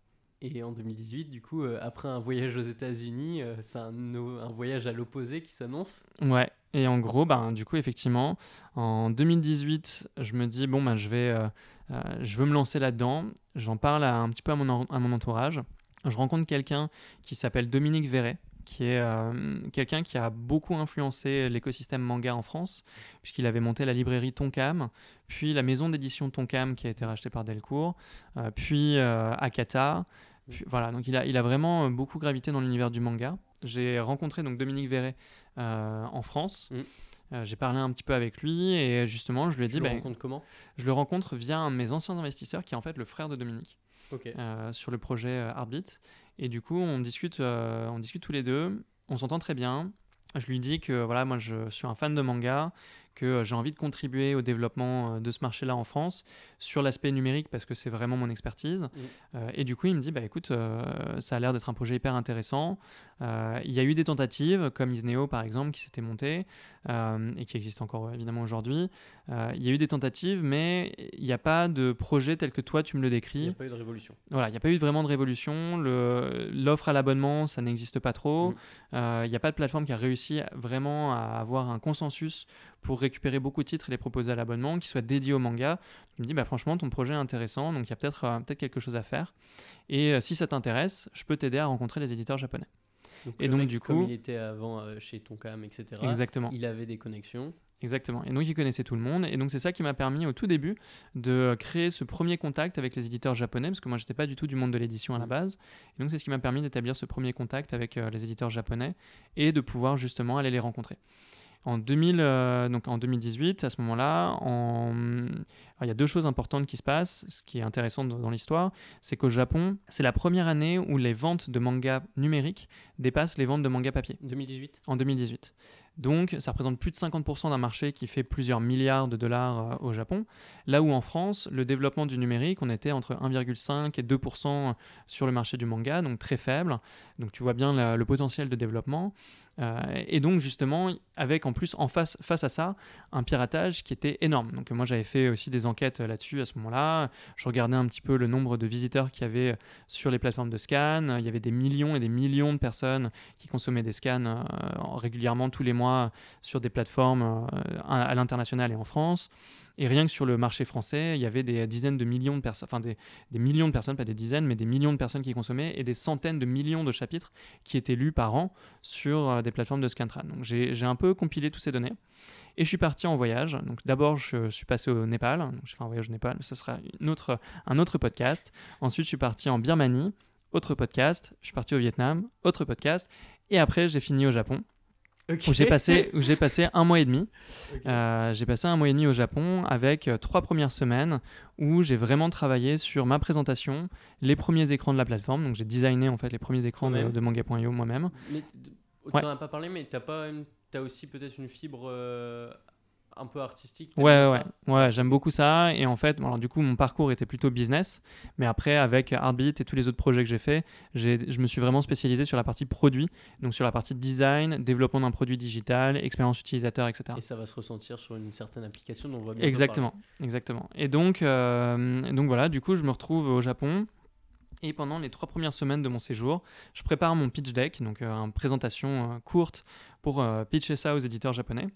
Et en deux mille dix-huit, du coup, euh, après un voyage aux États-Unis, euh, c'est un, o- un voyage à l'opposé qui s'annonce. Ouais, et en gros, ben, du coup, effectivement, en deux mille dix-huit, je me dis, bon, ben, je, vais, euh, euh, je veux me lancer là-dedans. J'en parle à- un petit peu à mon, en- à mon entourage. Je rencontre quelqu'un qui s'appelle Dominique Verret, qui est euh, quelqu'un qui a beaucoup influencé l'écosystème manga en France, puisqu'il avait monté la librairie Tonkam, puis la maison d'édition Tonkam qui a été rachetée par Delcourt, euh, puis euh, Akata. Puis, voilà, donc il a, il a vraiment beaucoup gravité dans l'univers du manga. J'ai rencontré donc Dominique Verret euh, en France. Mm. Euh, j'ai parlé un petit peu avec lui et justement, je lui ai Tu dit, le ben, rencontres comment? je le rencontre via un de mes anciens investisseurs qui est en fait le frère de Dominique Ok. euh, sur le projet euh, Heartbeat. Et du coup, on discute, euh, on discute tous les deux. On s'entend très bien. Je lui dis que voilà, moi, je suis un fan de manga, que euh, j'ai envie de contribuer au développement euh, de ce marché-là en France sur l'aspect numérique parce que c'est vraiment mon expertise. Mm. Euh, et du coup, il me dit, bah écoute, euh, ça a l'air d'être un projet hyper intéressant. Euh, il y a eu des tentatives, comme Isneo par exemple, qui s'était monté euh, et qui existe encore évidemment aujourd'hui. Euh, il y a eu des tentatives, mais il n'y a pas de projet tel que toi tu me le Il n'y décris. a pas eu de révolution. Voilà, il n'y a pas eu vraiment de révolution. Le- L'offre à l'abonnement, ça n'existe pas trop. Mm. Euh, Il n'y a pas de plateforme qui a réussi vraiment à avoir un consensus pour récupérer beaucoup de titres et les proposer à l'abonnement, qui soient dédiés au manga. Je me dis, bah, franchement, ton projet est intéressant, donc il y a peut-être euh, peut-être quelque chose à faire. Et euh, si ça t'intéresse, je peux t'aider à rencontrer les éditeurs japonais. Donc, Et le donc, mec, du comme coup- il était avant euh, chez Tonkam, et cetera, Exactement. il avait des connexions. Exactement. Et donc, il connaissait tout le monde. Et donc, c'est ça qui m'a permis au tout début de créer ce premier contact avec les éditeurs japonais, parce que moi, je n'étais pas du tout du monde de l'édition à la Mm. base. Et donc, c'est ce qui m'a permis d'établir ce premier contact avec euh, les éditeurs japonais et de pouvoir justement aller les rencontrer. En, deux mille, euh, donc en deux mille dix-huit, à ce moment-là, en... Alors, il y a deux choses importantes qui se passent. Ce qui est intéressant dans, dans l'histoire, c'est qu'au Japon, c'est la première année où les ventes de mangas numériques dépassent les ventes de mangas papier, deux mille dix-huit. en deux mille dix-huit. Donc, ça représente plus de cinquante pour cent d'un marché qui fait plusieurs milliards de dollars euh, au Japon. Là où en France, le développement du numérique, on était entre un virgule cinq et deux pour cent sur le marché du manga, donc très faible. Donc, tu vois bien la- le potentiel de développement. Euh, et donc, justement, avec en plus, en face, face à ça, un piratage qui était énorme. Donc, moi, j'avais fait aussi des enquêtes là-dessus à ce moment-là. Je regardais un petit peu le nombre de visiteurs qu'il y avait sur les plateformes de scan. Il y avait des millions et des millions de personnes qui consommaient des scans euh, régulièrement tous les mois sur des plateformes euh, à l'international et en France. Et rien que sur le marché français, il y avait des dizaines de millions de personnes, enfin des, des millions de personnes, pas des dizaines, mais des millions de personnes qui consommaient et des centaines de millions de chapitres qui étaient lus par an sur euh, des plateformes de Scantrad. Donc j'ai j'ai un peu compilé toutes ces données et je suis parti en voyage. Donc d'abord, je, je suis passé au Népal. Donc, j'ai fait un voyage au Népal, ce sera une autre, un autre podcast. Ensuite, je suis parti en Birmanie, autre podcast. Je suis parti au Vietnam, autre podcast. Et après, j'ai fini au Japon. Ok. Où j'ai passé, où j'ai passé un mois et demi. Ok. Euh, j'ai passé un mois et demi au Japon avec euh, trois premières semaines où j'ai vraiment travaillé sur ma présentation, les premiers écrans de la plateforme. Donc j'ai designé en fait les premiers écrans de, Toi-même. de manga point io moi-même. Mais t- Ouais. t'en as pas parlé, mais t'as pas une- t'as aussi peut-être une fibre euh, un peu artistique. Ouais, t'aimes ouais, ça ouais, j'aime beaucoup ça. Et en fait, bon, alors, du coup, mon parcours était plutôt business. Mais après, avec Heartbeat et tous les autres projets que j'ai faits, j'ai, je me suis vraiment spécialisé sur la partie produit. Donc sur la partie design, développement d'un produit digital, expérience utilisateur, et cetera. Et ça va se ressentir sur une certaine application dont on va bientôt Exactement, exactement. Et donc, euh, donc voilà, du coup, je me retrouve au Japon. Et pendant les trois premières semaines de mon séjour, je prépare mon pitch deck, donc euh, une présentation euh, courte pour euh, pitcher ça aux éditeurs japonais.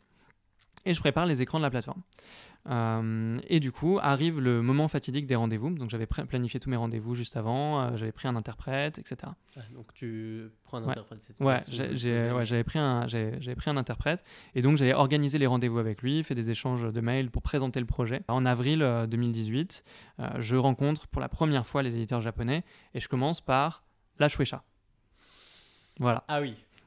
Et je prépare les écrans de la plateforme. Euh, et du coup, arrive le moment fatidique des rendez-vous. Donc, j'avais pré- planifié tous mes rendez-vous juste avant, euh, j'avais pris un interprète, et cetera. parler. Ah, donc tu prends un Ouais. interprète. c'était Ouais, pas ce que j'ai- je j'ai- posais, ouais, mais- j'avais pris, un- j'avais- j'avais pris un interprète. Et donc, j'avais organisé les rendez-vous avec lui, fait des échanges de mails pour présenter le projet. En avril euh, deux mille dix-huit, euh, je rencontre pour la première fois les éditeurs japonais et je commence par la Shueisha. Voilà. Ah oui.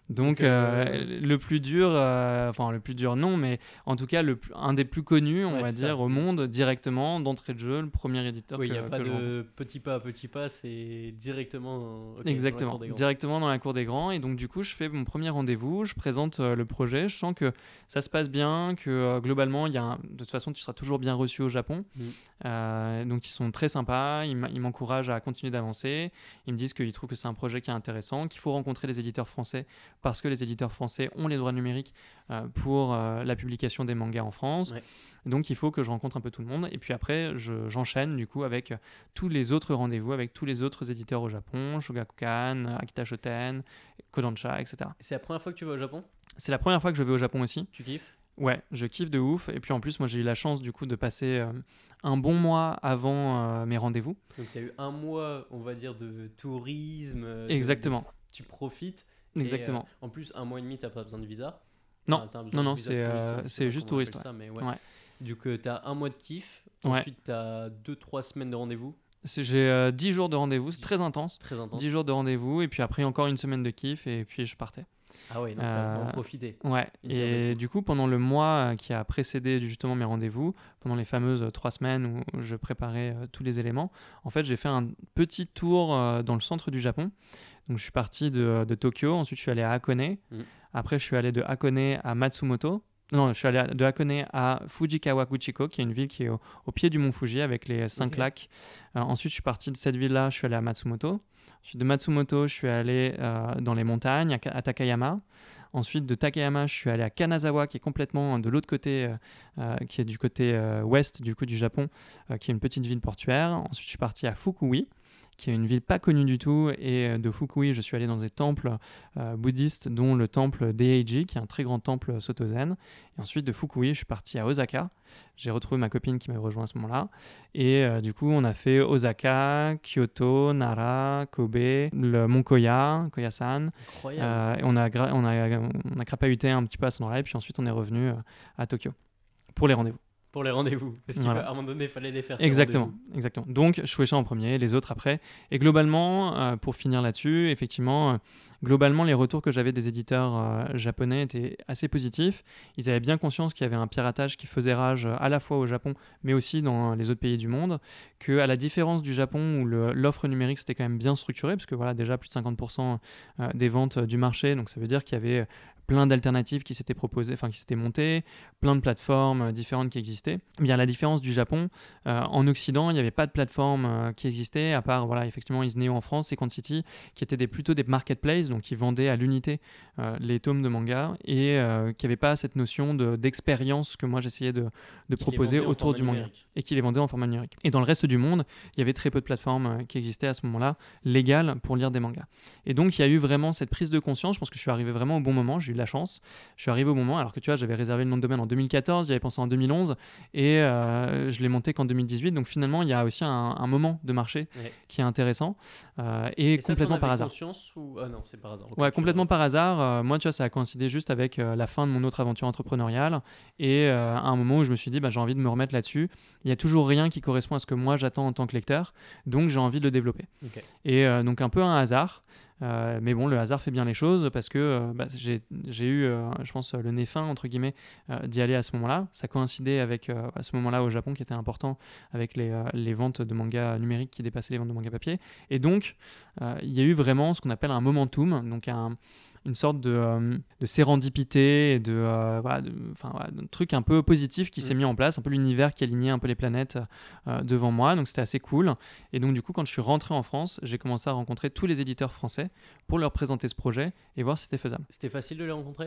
Donc, Donc, euh, euh, le plus dur, euh, enfin le plus dur non, mais en tout cas le plus- un des plus connus, on Ouais, va c'est dire, ça. au monde, directement, d'entrée de jeu, le premier éditeur Oui, il que, n'y a pas que je rencontre. de petit pas à petit pas, c'est directement ok, dans la Exactement, cour des grands. directement dans la cour des grands. Et donc, du coup, je fais mon premier rendez-vous, je présente euh, le projet, je sens que ça se passe bien, que euh, globalement, il y a un- de toute façon, tu seras toujours bien reçu au Japon. Mm. Euh, donc, ils sont très sympas, ils m'a- ils m'encouragent à continuer d'avancer. Ils me disent qu'ils trouvent que c'est un projet qui est intéressant, qu'il faut rencontrer les éditeurs français parce que les éditeurs français ont les droits numériques euh, pour euh, la publication des mangas en France. Ouais. Donc, il faut que je rencontre un peu tout le monde. Et puis après, je- j'enchaîne du coup avec tous les autres rendez-vous avec tous les autres éditeurs au Japon, Shogakukan, Akita Shoten, Kodansha, et cetera. C'est la première fois que tu vas au Japon? C'est la première fois que je vais au Japon aussi. Tu kiffes? Ouais, je kiffe de ouf. Et puis en plus, moi j'ai eu la chance du coup de passer euh, un bon mois avant euh, mes rendez-vous. Donc tu as eu un mois, on va dire, de tourisme. euh, de- Exactement. de- tu profites. Et, Exactement. euh, en plus, un mois et demi, tu n'as pas besoin de visa. Non, Enfin, t'as besoin non, de non, visa c'est, touriste, euh, je sais c'est pas juste comment on appelle touriste, ça, mais ouais. Ouais. Donc tu as un mois de kiff. Ouais. Ensuite, tu as deux trois semaines de rendez-vous. C'est- J'ai euh, dix jours de rendez-vous, c'est très intense. Très intense. dix jours de rendez-vous, et puis après encore une semaine de kiff, et puis je partais. Ah ouais, donc tu as Euh, vraiment profité. Ouais, Une pierre deux et coups. du coup, pendant le mois euh, qui a précédé justement mes rendez-vous, pendant les fameuses euh, trois semaines où je préparais euh, tous les éléments, en fait, j'ai fait un petit tour euh, dans le centre du Japon. Donc, je suis parti de, de Tokyo, ensuite, je suis allé à Hakone. Mm. Après, je suis allé de Hakone à Matsumoto. Non, je suis allé à- de Hakone à Fujikawa Guchiko, qui est une ville qui est au, au pied du mont Fuji avec les cinq Ok. lacs. Euh, ensuite, je suis parti de cette ville-là, je suis allé à Matsumoto. Ensuite, de Matsumoto, je suis allé euh, dans les montagnes, à, Ka- à Takayama. Ensuite, de Takayama, je suis allé à Kanazawa, qui est complètement de l'autre côté, euh, euh, qui est du côté euh, ouest du coup du Japon, euh, qui est une petite ville portuaire. Ensuite, je suis parti à Fukui, qui est une ville pas connue du tout. Et euh, de Fukui, je suis allé dans des temples euh, bouddhistes, dont le temple Deiji, qui est un très grand temple Soto Zen. Et ensuite, de Fukui, je suis parti à Osaka. J'ai retrouvé ma copine qui m'avait rejoint à ce moment-là. Et euh, du coup, on a fait Osaka, Kyoto, Nara, Kobe, le Mont Koya, Koyasan. Incroyable. Euh, et on a, gra- on, a, on a crapahuté un petit peu à ce moment-là. Et puis ensuite, on est revenu euh, à Tokyo pour les rendez-vous. Pour les rendez-vous. Parce qu'à Voilà. un moment donné, il fallait les faire. ces Exactement, rendez-vous. exactement. Donc, Shueisha en premier, les autres après. Et globalement, euh, pour finir là-dessus, effectivement, euh, globalement, les retours que j'avais des éditeurs euh, japonais étaient assez positifs. Ils avaient bien conscience qu'il y avait un piratage qui faisait rage euh, à la fois au Japon, mais aussi dans les autres pays du monde. Que, à la différence du Japon, où le- l'offre numérique c'était quand même bien structurée, parce que voilà, déjà plus de cinquante pour cent euh, des ventes euh, du marché, donc ça veut dire qu'il y avait plein d'alternatives qui s'étaient proposées, enfin qui s'étaient montées, plein de plateformes euh, différentes qui existaient. Eh bien, à la différence du Japon, euh, en Occident, il n'y avait pas de plateforme euh, qui existait, à part, voilà, effectivement, Isneo en France, Second City, qui étaient des, plutôt des marketplaces, donc qui vendaient à l'unité euh, les tomes de manga, et euh, qui n'avaient pas cette notion de, d'expérience que moi j'essayais de, de Qui les proposer vendait en autour format du manga, numérique. et qui les vendaient en format numérique. Et dans le reste du monde, il y avait très peu de plateformes euh, qui existaient à ce moment-là, légales pour lire des mangas. Et donc, il y a eu vraiment cette prise de conscience. Je pense que je suis arrivé vraiment au bon moment, j'ai eu de la chance. Je suis arrivé au moment, alors que tu vois, j'avais réservé le nom de domaine en deux mille quatorze, j'y avais pensé en deux mille onze, et euh, je l'ai monté qu'en deux mille dix-huit. Donc finalement, il y a aussi un, un moment de marché Ouais. qui est intéressant, euh, et, Et ça, complètement t'en par avais hasard. conscience ou... Ah non, c'est par hasard. Ok, Ouais, tu complètement vois. par hasard. Euh, moi, tu vois, ça a coïncidé juste avec euh, la fin de mon autre aventure entrepreneuriale, et euh, à un moment où je me suis dit, bah, j'ai envie de me remettre là-dessus. Il n'y a toujours rien qui correspond à ce que moi j'attends en tant que lecteur, donc j'ai envie de le développer. Ok. Et euh, donc un peu un hasard. Euh, mais bon, le hasard fait bien les choses parce que euh, bah, j'ai, j'ai eu, euh, je pense, le nez fin, entre guillemets, euh, d'y aller à ce moment-là. Ça coïncidait avec euh, à ce moment-là au Japon qui était important avec les, euh, les ventes de mangas numériques qui dépassaient les ventes de mangas papier. Et donc, euh, il y a eu vraiment ce qu'on appelle un momentum, donc un, une sorte de, euh, de sérendipité et de, euh, voilà, de, enfin, voilà, un truc un peu positif qui s'est Mm. mis en place, un peu l'univers qui alignait un peu les planètes euh, devant moi. Donc, c'était assez cool. Et donc, du coup, quand je suis rentré en France, j'ai commencé à rencontrer tous les éditeurs français pour leur présenter ce projet et voir si c'était faisable. C'était facile de les rencontrer?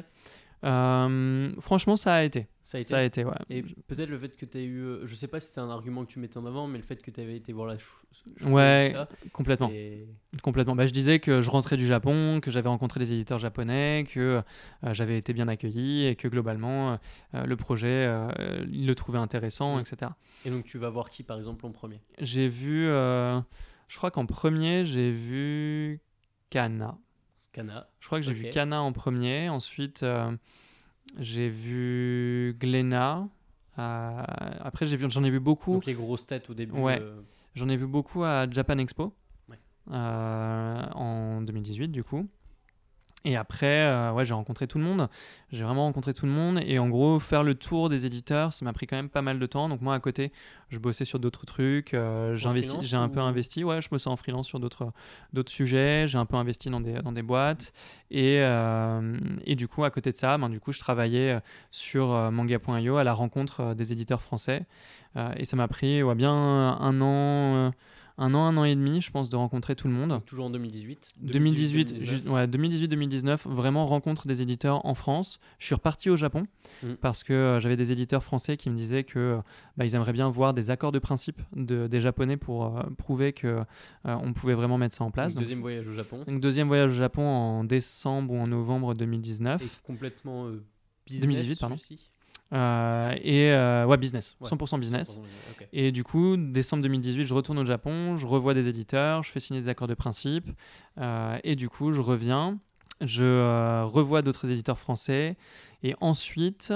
Euh, franchement, ça a été. Ça a été. Ça a été, ouais. Et peut-être le fait que tu aies eu. euh, Je sais pas si c'était un argument que tu mettais en avant, mais le fait que tu avais été voir la. chou- chou- Ouais, ça, complètement. c'était- Complètement. Bah, je disais que je rentrais du Japon, que j'avais rencontré des éditeurs japonais, que euh, j'avais été bien accueilli et que globalement, euh, le projet, euh, ils le trouvaient intéressant, Mm. et cetera. Et donc tu vas voir qui par exemple en premier? J'ai vu, euh, je crois qu'en premier, j'ai vu Kana. Kana. Je crois que j'ai Ok. vu Kana en premier. Ensuite, euh, j'ai vu Glénat. Euh, après, j'ai vu, j'en ai vu beaucoup. Donc les grosses têtes au début. Ouais. euh, J'en ai vu beaucoup à Japan Expo Ouais. euh, en deux mille dix-huit, du coup. Et après, euh, ouais, j'ai rencontré tout le monde. J'ai vraiment rencontré tout le monde. Et en gros, faire le tour des éditeurs, ça m'a pris quand même pas mal de temps. Donc moi, à côté, je bossais sur d'autres trucs. Euh, j'ai, investi, j'ai un ou... peu investi. Ouais, je bossais en freelance sur d'autres, d'autres sujets. J'ai un peu investi dans des, dans des boîtes. Et, euh, et du coup, à côté de ça, ben, du coup, je travaillais sur euh, manga point i o à la rencontre euh, des éditeurs français. Euh, et ça m'a pris ouais, bien un an... Euh, un an, un an et demi, je pense, de rencontrer tout le monde. Donc, toujours en deux mille dix-huit deux mille dix-huit, deux mille dix-neuf. Ju- ouais, deux mille dix-huit deux mille dix-neuf, vraiment rencontre des éditeurs en France. Je suis reparti au Japon mmh. parce que euh, j'avais des éditeurs français qui me disaient que bah, ils aimeraient bien voir des accords de principe de, des Japonais pour euh, prouver qu'on euh, pouvait vraiment mettre ça en place. Donc, deuxième donc, voyage au Japon. Donc, deuxième voyage au Japon en décembre ou en novembre deux mille dix-neuf. Et complètement euh, business, deux mille dix-huit, pardon. Celui-ci. Euh, et euh, ouais, business, ouais, cent pour cent business. cent pour cent okay. Et du coup, décembre deux mille dix-huit, je retourne au Japon, je revois des éditeurs, je fais signer des accords de principe. Euh, et du coup, je reviens, je euh, revois d'autres éditeurs français. Et ensuite,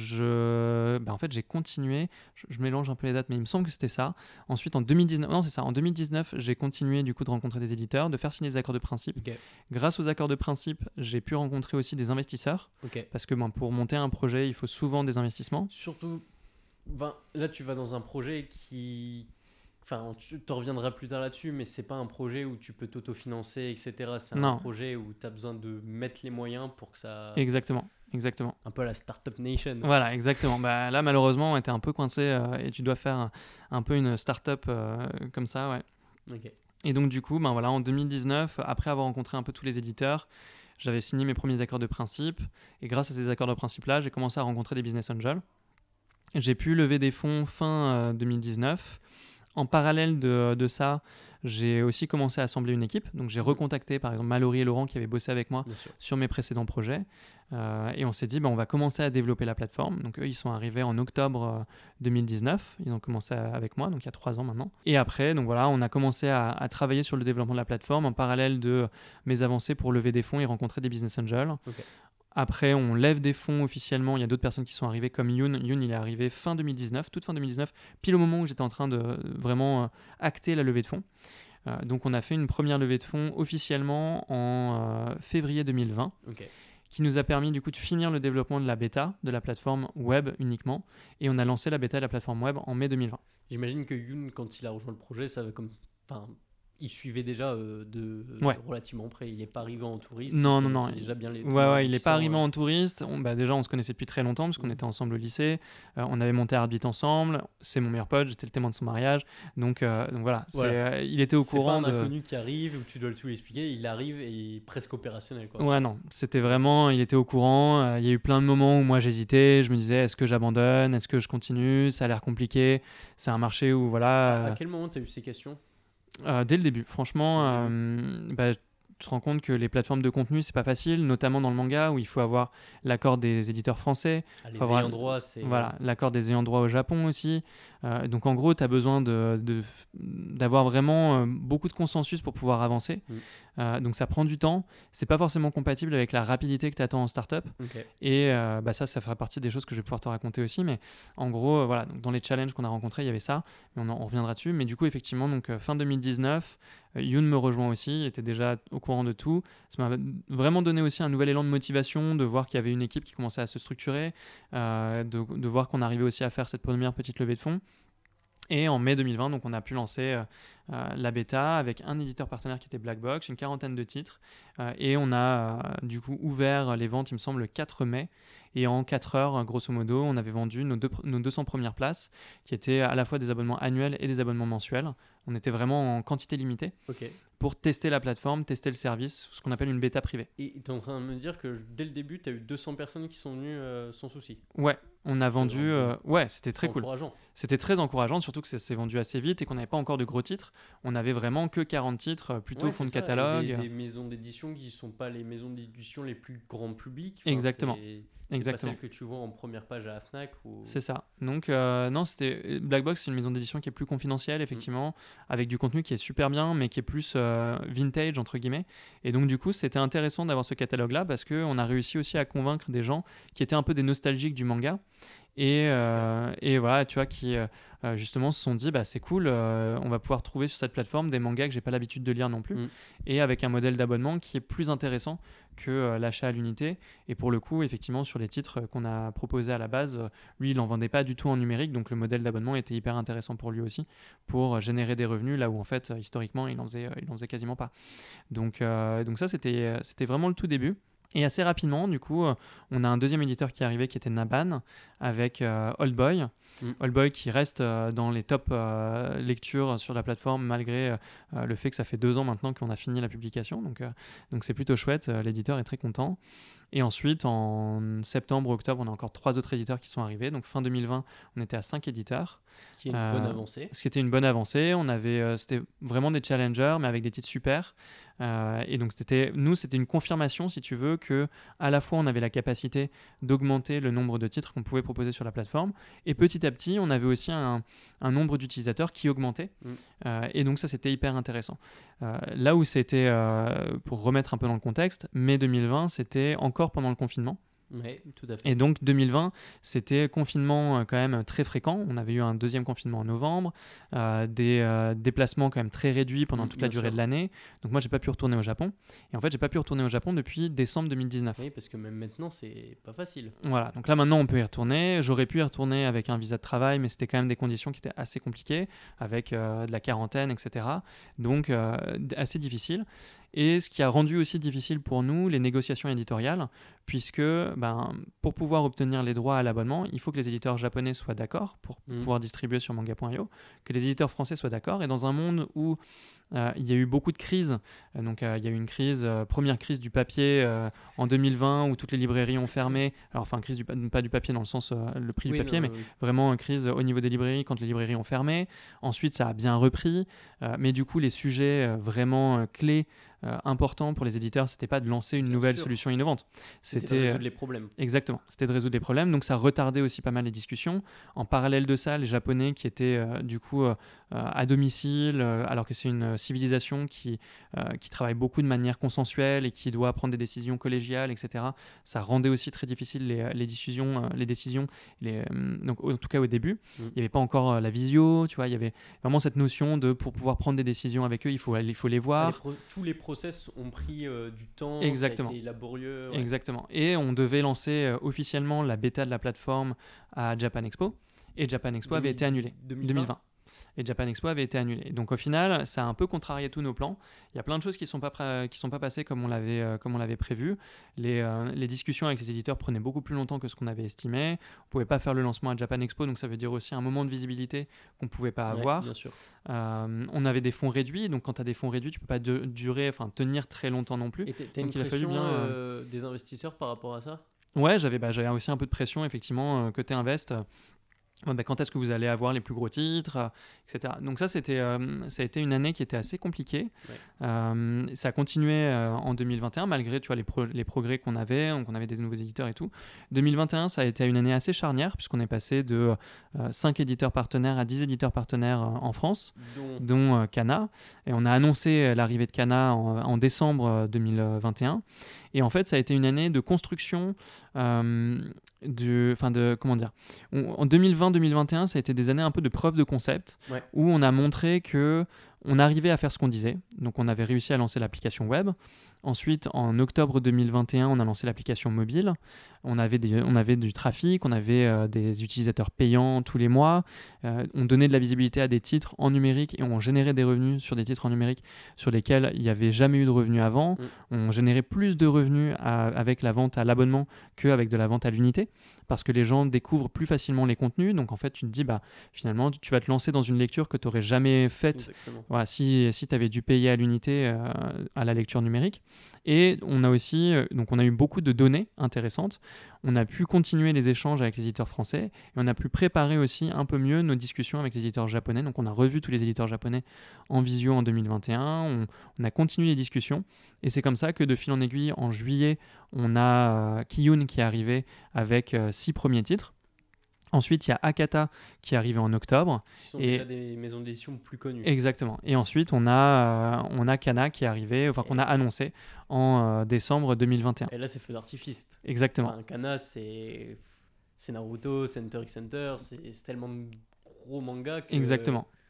je, ben, en fait, j'ai continué. Je, je mélange un peu les dates, mais il me semble que c'était ça. Ensuite, en deux mille dix-neuf, non, c'est ça. En deux mille dix-neuf, j'ai continué du coup de rencontrer des éditeurs, de faire signer des accords de principe. Okay. Grâce aux accords de principe, j'ai pu rencontrer aussi des investisseurs. Okay. Parce que ben, pour monter un projet, il faut souvent des investissements. Surtout, ben, là, tu vas dans un projet qui... Enfin, tu te reviendras plus tard là-dessus, mais c'est pas un projet où tu peux t'autofinancer, et cetera. C'est non. un projet où tu as besoin de mettre les moyens pour que ça... Exactement, exactement. Un peu à la Startup Nation. Voilà, exactement. Bah, là, malheureusement, on était un peu coincé euh, et tu dois faire un, un peu une startup euh, comme ça, ouais. Ok. Et donc, du coup, ben, voilà, en deux mille dix-neuf, après avoir rencontré un peu tous les éditeurs, j'avais signé mes premiers accords de principe. Et grâce à ces accords de principe-là, j'ai commencé à rencontrer des business angels. J'ai pu lever des fonds fin euh, deux mille dix-neuf. En parallèle de, de ça, j'ai aussi commencé à assembler une équipe. Donc, j'ai recontacté, par exemple, Mallory et Laurent qui avaient bossé avec moi sur mes précédents projets. Euh, et on s'est dit, bah, on va commencer à développer la plateforme. Donc, eux, ils sont arrivés en octobre euh, deux mille dix-neuf. Ils ont commencé à, avec moi, donc il y a trois ans maintenant. Et après, donc voilà, on a commencé à, à travailler sur le développement de la plateforme en parallèle de mes avancées pour lever des fonds et rencontrer des business angels. Okay. Après, on lève des fonds officiellement. Il y a d'autres personnes qui sont arrivées, comme Youn. Youn, il est arrivé fin deux mille dix-neuf, toute fin deux mille dix-neuf, pile au moment où j'étais en train de vraiment euh, acter la levée de fonds. Euh, donc, on a fait une première levée de fonds officiellement en euh, février deux mille vingt, okay. qui nous a permis du coup de finir le développement de la bêta, de la plateforme web uniquement. Et on a lancé la bêta de la plateforme web en mai deux mille vingt. J'imagine que Youn, quand il a rejoint le projet, ça va comme... Enfin... Il suivait déjà euh, de ouais. relativement près. Il n'est pas arrivé en touriste. Non, non, non. Déjà bien les ouais, ouais, il n'est pas arrivé euh... en touriste. On, bah, déjà, on se connaissait depuis très longtemps parce qu'on mmh. était ensemble au lycée. Euh, on avait monté Heartbeat ensemble. C'est mon meilleur pote. J'étais le témoin de son mariage. Donc, euh, donc voilà. voilà. C'est, euh, il était au c'est courant. C'est pas un de... inconnu qui arrive où tu dois tout lui expliquer. Il arrive et il est presque opérationnel. Quoi. Ouais, non. C'était vraiment. Il était au courant. Euh, il y a eu plein de moments où moi j'hésitais. Je me disais, est-ce que j'abandonne? Est-ce que je continue? Ça a l'air compliqué. C'est un marché où voilà. À, à quel moment tu as eu ces questions? Euh, dès le début, franchement, euh, bah, tu te rends compte que les plateformes de contenu, c'est pas facile, notamment dans le manga où il faut avoir l'accord des éditeurs français. Ah, les avoir, ayants droit, c'est... Voilà, l'accord des ayants droit au Japon aussi. Euh, donc en gros, tu as besoin de, de, d'avoir vraiment euh, beaucoup de consensus pour pouvoir avancer. Mm. Euh, donc ça prend du temps. C'est pas forcément compatible avec la rapidité que tu attends en startup. Okay. Et euh, bah ça, ça fera partie des choses que je vais pouvoir te raconter aussi. Mais en gros, euh, voilà, donc dans les challenges qu'on a rencontrés, il y avait ça. Mais on, en, on reviendra dessus. Mais du coup, effectivement, donc, euh, fin deux mille dix-neuf, euh, Youn me rejoint aussi. Il était déjà au courant de tout. Ça m'a vraiment donné aussi un nouvel élan de motivation de voir qu'il y avait une équipe qui commençait à se structurer, euh, de, de voir qu'on arrivait aussi à faire cette première petite levée de fonds. Et en mai deux mille vingt, donc, on a pu lancer euh, euh, la bêta avec un éditeur partenaire qui était Blackbox, une quarantaine de titres. Euh, et on a euh, du coup ouvert les ventes, il me semble, le quatre mai. Et en quatre heures, grosso modo, on avait vendu nos, deux, nos deux cents premières places, qui étaient à la fois des abonnements annuels et des abonnements mensuels. On était vraiment en quantité limitée okay. pour tester la plateforme, tester le service, ce qu'on appelle une bêta privée. Et tu es en train de me dire que dès le début, tu as eu deux cents personnes qui sont venues euh, sans souci? Ouais, on a c'est vendu... Euh, ouais, c'était très cool. Encourageant. C'était très encourageant, surtout que ça s'est vendu assez vite et qu'on n'avait pas encore de gros titres. On avait vraiment que quarante titres, plutôt ouais, fond de ça. catalogue. Des, des maisons d'édition qui ne sont pas les maisons d'édition les plus grand public. Enfin, Exactement. C'est... C'est Exactement. pas celle que tu vois en première page à la Fnac ou... C'est ça. Donc, euh, non, c'était... Blackbox, c'est une maison d'édition qui est plus confidentielle, effectivement, mmh. avec du contenu qui est super bien, mais qui est plus euh, vintage, entre guillemets. Et donc, du coup, c'était intéressant d'avoir ce catalogue-là parce qu'on a réussi aussi à convaincre des gens qui étaient un peu des nostalgiques du manga. Et, euh, et voilà, tu vois, qui euh, justement se sont dit, bah, c'est cool, euh, on va pouvoir trouver sur cette plateforme des mangas que j'ai pas l'habitude de lire non plus. Mmh. Et avec un modèle d'abonnement qui est plus intéressant que euh, l'achat à l'unité. Et pour le coup, effectivement, sur les titres qu'on a proposés à la base, euh, lui, il n'en vendait pas du tout en numérique, donc le modèle d'abonnement était hyper intéressant pour lui aussi, pour générer des revenus, là où en fait, historiquement, il n'en faisait, euh, il en faisait quasiment pas. Donc, euh, donc ça, c'était, c'était vraiment le tout début. Et assez rapidement, du coup, euh, on a un deuxième éditeur qui est arrivé qui était Naban avec euh, Old Boy. Mm. Old Boy qui reste euh, dans les top euh, lectures sur la plateforme malgré euh, le fait que ça fait deux ans maintenant qu'on a fini la publication. Donc, euh, donc c'est plutôt chouette. Euh, l'éditeur est très content. Et ensuite, en septembre, octobre, on a encore trois autres éditeurs qui sont arrivés. Donc fin deux mille vingt, on était à cinq éditeurs. Ce qui est une euh, bonne avancée. Ce qui était une bonne avancée. On avait, euh, c'était vraiment des challengers, mais avec des titres super. Euh, et donc c'était, nous, c'était une confirmation, si tu veux, que à la fois on avait la capacité d'augmenter le nombre de titres qu'on pouvait proposer sur la plateforme, et petit à petit, on avait aussi un, un nombre d'utilisateurs qui augmentait. Mm. Euh, et donc ça, c'était hyper intéressant. Euh, là où c'était, euh, pour remettre un peu dans le contexte, mai deux mille vingt, c'était encore pendant le confinement. Oui, tout à fait. Et donc deux mille vingt, c'était confinement euh, quand même très fréquent. On avait eu un deuxième confinement en novembre, euh, des euh, déplacements quand même très réduits pendant toute Bien la durée sûr. de l'année. Donc moi, j'ai pas pu retourner au Japon. Et en fait, j'ai pas pu retourner au Japon depuis décembre deux mille dix-neuf. Oui, parce que même maintenant, c'est pas facile. Voilà. Donc là, maintenant, on peut y retourner. J'aurais pu y retourner avec un visa de travail, mais c'était quand même des conditions qui étaient assez compliquées, avec euh, de la quarantaine, et cetera. Donc euh, assez difficile. Et ce qui a rendu aussi difficile pour nous les négociations éditoriales, puisque ben, pour pouvoir obtenir les droits à l'abonnement, il faut que les éditeurs japonais soient d'accord pour mmh. pouvoir distribuer sur manga point io, que les éditeurs français soient d'accord. Et dans un monde où euh, il y a eu beaucoup de crises, euh, donc euh, il y a eu une crise, euh, première crise du papier euh, en deux mille vingt où toutes les librairies ont fermé, alors enfin crise du, pas du papier dans le sens euh, le prix oui, du papier, non, mais oui. vraiment une crise au niveau des librairies quand les librairies ont fermé. Ensuite, ça a bien repris, euh, mais du coup, les sujets euh, vraiment euh, clés Euh, important pour les éditeurs, c'était pas de lancer une Bien nouvelle sûr. solution innovante. C'était, c'était de résoudre les problèmes. Exactement, c'était de résoudre les problèmes. Donc ça retardait aussi pas mal les discussions. En parallèle de ça, les Japonais qui étaient euh, du coup euh, à domicile, euh, alors que c'est une civilisation qui, euh, qui travaille beaucoup de manière consensuelle et qui doit prendre des décisions collégiales, et cetera. Ça rendait aussi très difficile les, les, discussions, euh, les décisions. Les, euh, donc en tout cas au début, mmh. il n'y avait pas encore euh, la visio, tu vois, il y avait vraiment cette notion de pour pouvoir prendre des décisions avec eux, il faut, il faut les voir. Les pro- tous les process ont pris euh, du temps, Exactement. Ça a été laborieux. Ouais. Exactement. Et on devait lancer euh, officiellement la bêta de la plateforme à Japan Expo. Et Japan Expo deux mille dix, avait été annulé. deux mille vingt. deux mille vingt. Et Japan Expo avait été annulé. Donc au final, ça a un peu contrarié tous nos plans. Il y a plein de choses qui ne sont pas, pra- qui sont pas passées comme on l'avait, euh, comme on l'avait prévu. Les, euh, les discussions avec les éditeurs prenaient beaucoup plus longtemps que ce qu'on avait estimé. On ne pouvait pas faire le lancement à Japan Expo, donc ça veut dire aussi un moment de visibilité qu'on ne pouvait pas avoir. Ouais, bien sûr. Euh, on avait des fonds réduits, donc quand tu as des fonds réduits, tu ne peux pas de, durer, enfin tenir très longtemps non plus. Et tu as une il a pression bien, euh... euh, des investisseurs par rapport à ça ? Ouais, j'avais, bah, j'avais aussi un peu de pression, effectivement, euh, côté Invest. Bah, quand est-ce que vous allez avoir les plus gros titres, euh, et cetera. Donc ça, c'était, euh, ça a été une année qui était assez compliquée. Ouais. Euh, ça a continué euh, en deux mille vingt et un, malgré tu vois, les, pro- les progrès qu'on avait, donc on avait des nouveaux éditeurs et tout. deux mille vingt et un, ça a été une année assez charnière, puisqu'on est passé de euh, cinq éditeurs partenaires à dix éditeurs partenaires euh, en France, dont, dont euh, Kana. Et on a annoncé l'arrivée de Kana en, en décembre deux mille vingt et un. Et en fait, ça a été une année de construction, euh, de, enfin de, comment dire, on, en deux mille vingt deux mille vingt et un, ça a été des années un peu de preuve de concept, ouais. où on a montré que on arrivait à faire ce qu'on disait. Donc, on avait réussi à lancer l'application web. Ensuite, en octobre deux mille vingt et un, on a lancé l'application mobile. On avait, des, on avait du trafic, on avait euh, des utilisateurs payants tous les mois. Euh, on donnait de la visibilité à des titres en numérique et on générait des revenus sur des titres en numérique sur lesquels il n'y avait jamais eu de revenus avant. Mmh. On générait plus de revenus à, avec la vente à l'abonnement qu'avec de la vente à l'unité, parce que les gens découvrent plus facilement les contenus. Donc en fait, tu te dis, bah, finalement, tu vas te lancer dans une lecture que tu n'aurais jamais faite voilà, si, si tu avais dû payer à l'unité euh, à la lecture numérique. Et on a aussi, donc on a eu beaucoup de données intéressantes. On a pu continuer les échanges avec les éditeurs français et on a pu préparer aussi un peu mieux nos discussions avec les éditeurs japonais. Donc on a revu tous les éditeurs japonais en visio en deux mille vingt et un. On, on a continué les discussions et c'est comme ça que de fil en aiguille, en juillet, on a euh, Kiyun qui est arrivé avec euh, six premiers titres. Ensuite, il y a Akata qui est arrivé en octobre. Ce sont et... déjà des maisons d'édition plus connues. Exactement. Et ensuite, on a, euh, on a Kana qui est arrivé, enfin et... qu'on a annoncé en euh, décembre deux mille vingt et un. Et là, c'est feu d'artifice. Exactement. Enfin, Kana, c'est... c'est Naruto, c'est Hunter x Hunter, c'est... c'est tellement de gros mangas que... Exactement.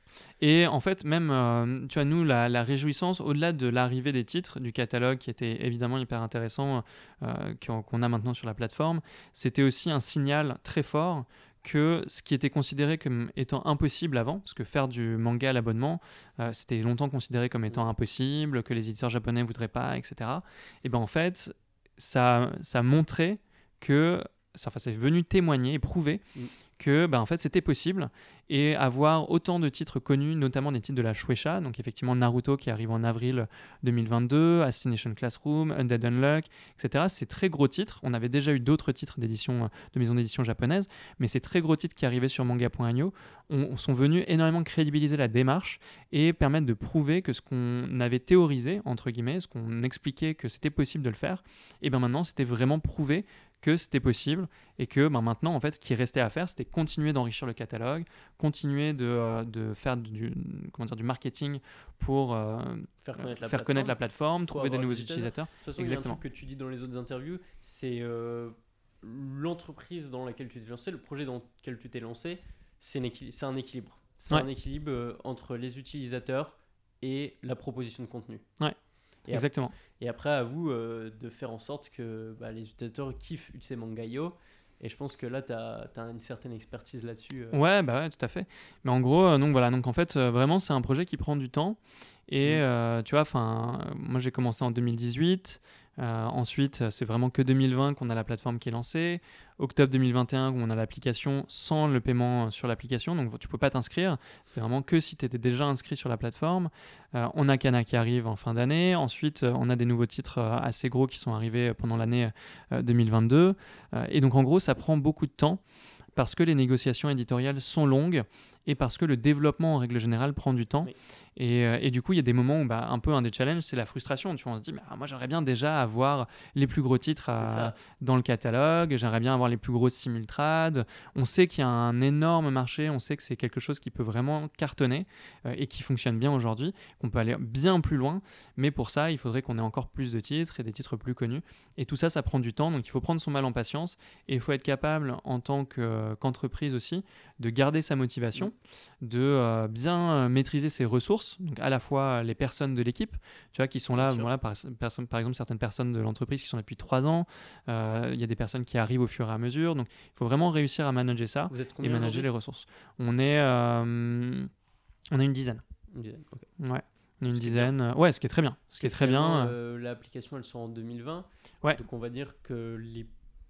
Et en fait, même, euh, tu vois, nous, la, la réjouissance, au-delà de l'arrivée des titres, du catalogue qui était évidemment hyper intéressant, euh, qu'on, qu'on a maintenant sur la plateforme, c'était aussi un signal très fort que ce qui était considéré comme étant impossible avant, parce que faire du manga à l'abonnement, euh, c'était longtemps considéré comme étant impossible, que les éditeurs japonais ne voudraient pas, et cetera. Et ben en fait, ça, ça montrait que, ça, enfin, c'est venu témoigner et prouver mm. que ben, en fait, c'était possible. Et avoir autant de titres connus, notamment des titres de la Shueisha, donc effectivement Naruto qui arrive en avril deux mille vingt-deux, Assassination Classroom, Undead Unluck, et cetera. C'est très gros titres. On avait déjà eu d'autres titres d'édition, de maisons d'édition japonaises, mais ces très gros titres qui arrivaient sur manga point io on, sont venus énormément crédibiliser la démarche et permettre de prouver que ce qu'on avait théorisé, entre guillemets, ce qu'on expliquait que c'était possible de le faire, et bien maintenant c'était vraiment prouvé que c'était possible et que ben, maintenant en fait ce qui restait à faire c'était continuer d'enrichir le catalogue, continuer de, euh, de faire du, comment dire, du marketing pour euh, faire, connaître, la faire connaître la plateforme, trouver des nouveaux utilisateurs. De toute façon, exactement. Il y a un truc que tu dis dans les autres interviews, c'est euh, l'entreprise dans laquelle tu t'es lancé, le projet dans lequel tu t'es lancé, c'est, équil- c'est un équilibre. C'est ouais. un équilibre euh, entre les utilisateurs et la proposition de contenu. Ouais. Et Exactement. Après, et après, à vous euh, de faire en sorte que bah, les utilisateurs kiffent U T C Manga point io. Et je pense que là, tu as une certaine expertise là-dessus. Euh. Ouais, bah ouais, tout à fait. Mais en gros, euh, donc voilà, donc en fait, euh, vraiment, c'est un projet qui prend du temps. Et mmh. euh, tu vois, enfin, moi, j'ai commencé en deux mille dix-huit. Euh, ensuite, c'est vraiment que deux mille vingt qu'on a la plateforme qui est lancée. Octobre deux mille vingt et un, où on a l'application sans le paiement sur l'application. Donc, tu ne peux pas t'inscrire. C'est vraiment que si tu étais déjà inscrit sur la plateforme. Euh, on a Kana qui arrive en fin d'année. Ensuite, on a des nouveaux titres assez gros qui sont arrivés pendant l'année deux mille vingt-deux. Euh, et donc, en gros, ça prend beaucoup de temps parce que les négociations éditoriales sont longues et parce que le développement, en règle générale, prend du temps. Oui. Et, euh, et du coup, il y a des moments où, bah, un peu un des challenges, c'est la frustration. Tu vois, on se dit, bah, moi, j'aimerais bien déjà avoir les plus gros titres à, dans le catalogue, j'aimerais bien avoir les plus grosses simultrades. On sait qu'il y a un énorme marché, on sait que c'est quelque chose qui peut vraiment cartonner euh, et qui fonctionne bien aujourd'hui, qu'on peut aller bien plus loin. Mais pour ça, il faudrait qu'on ait encore plus de titres et des titres plus connus. Et tout ça, ça prend du temps. Donc, il faut prendre son mal en patience et il faut être capable, en tant que, qu'entreprise aussi, de garder sa motivation, de euh, bien maîtriser ses ressources, donc à la fois les personnes de l'équipe, tu vois, qui sont là, voilà, par, par, par exemple certaines personnes de l'entreprise qui sont là depuis trois ans, euh, il y a des personnes qui arrivent au fur et à mesure, donc il faut vraiment réussir à manager ça et manager les ressources. On est, euh, on est une dizaine. Une dizaine, ok. Ouais. Une ce dizaine, euh, ouais, ce qui est très bien. Ce qui est très bien. Euh, l'application, elle sort en deux mille vingt, ouais. Donc on va dire que les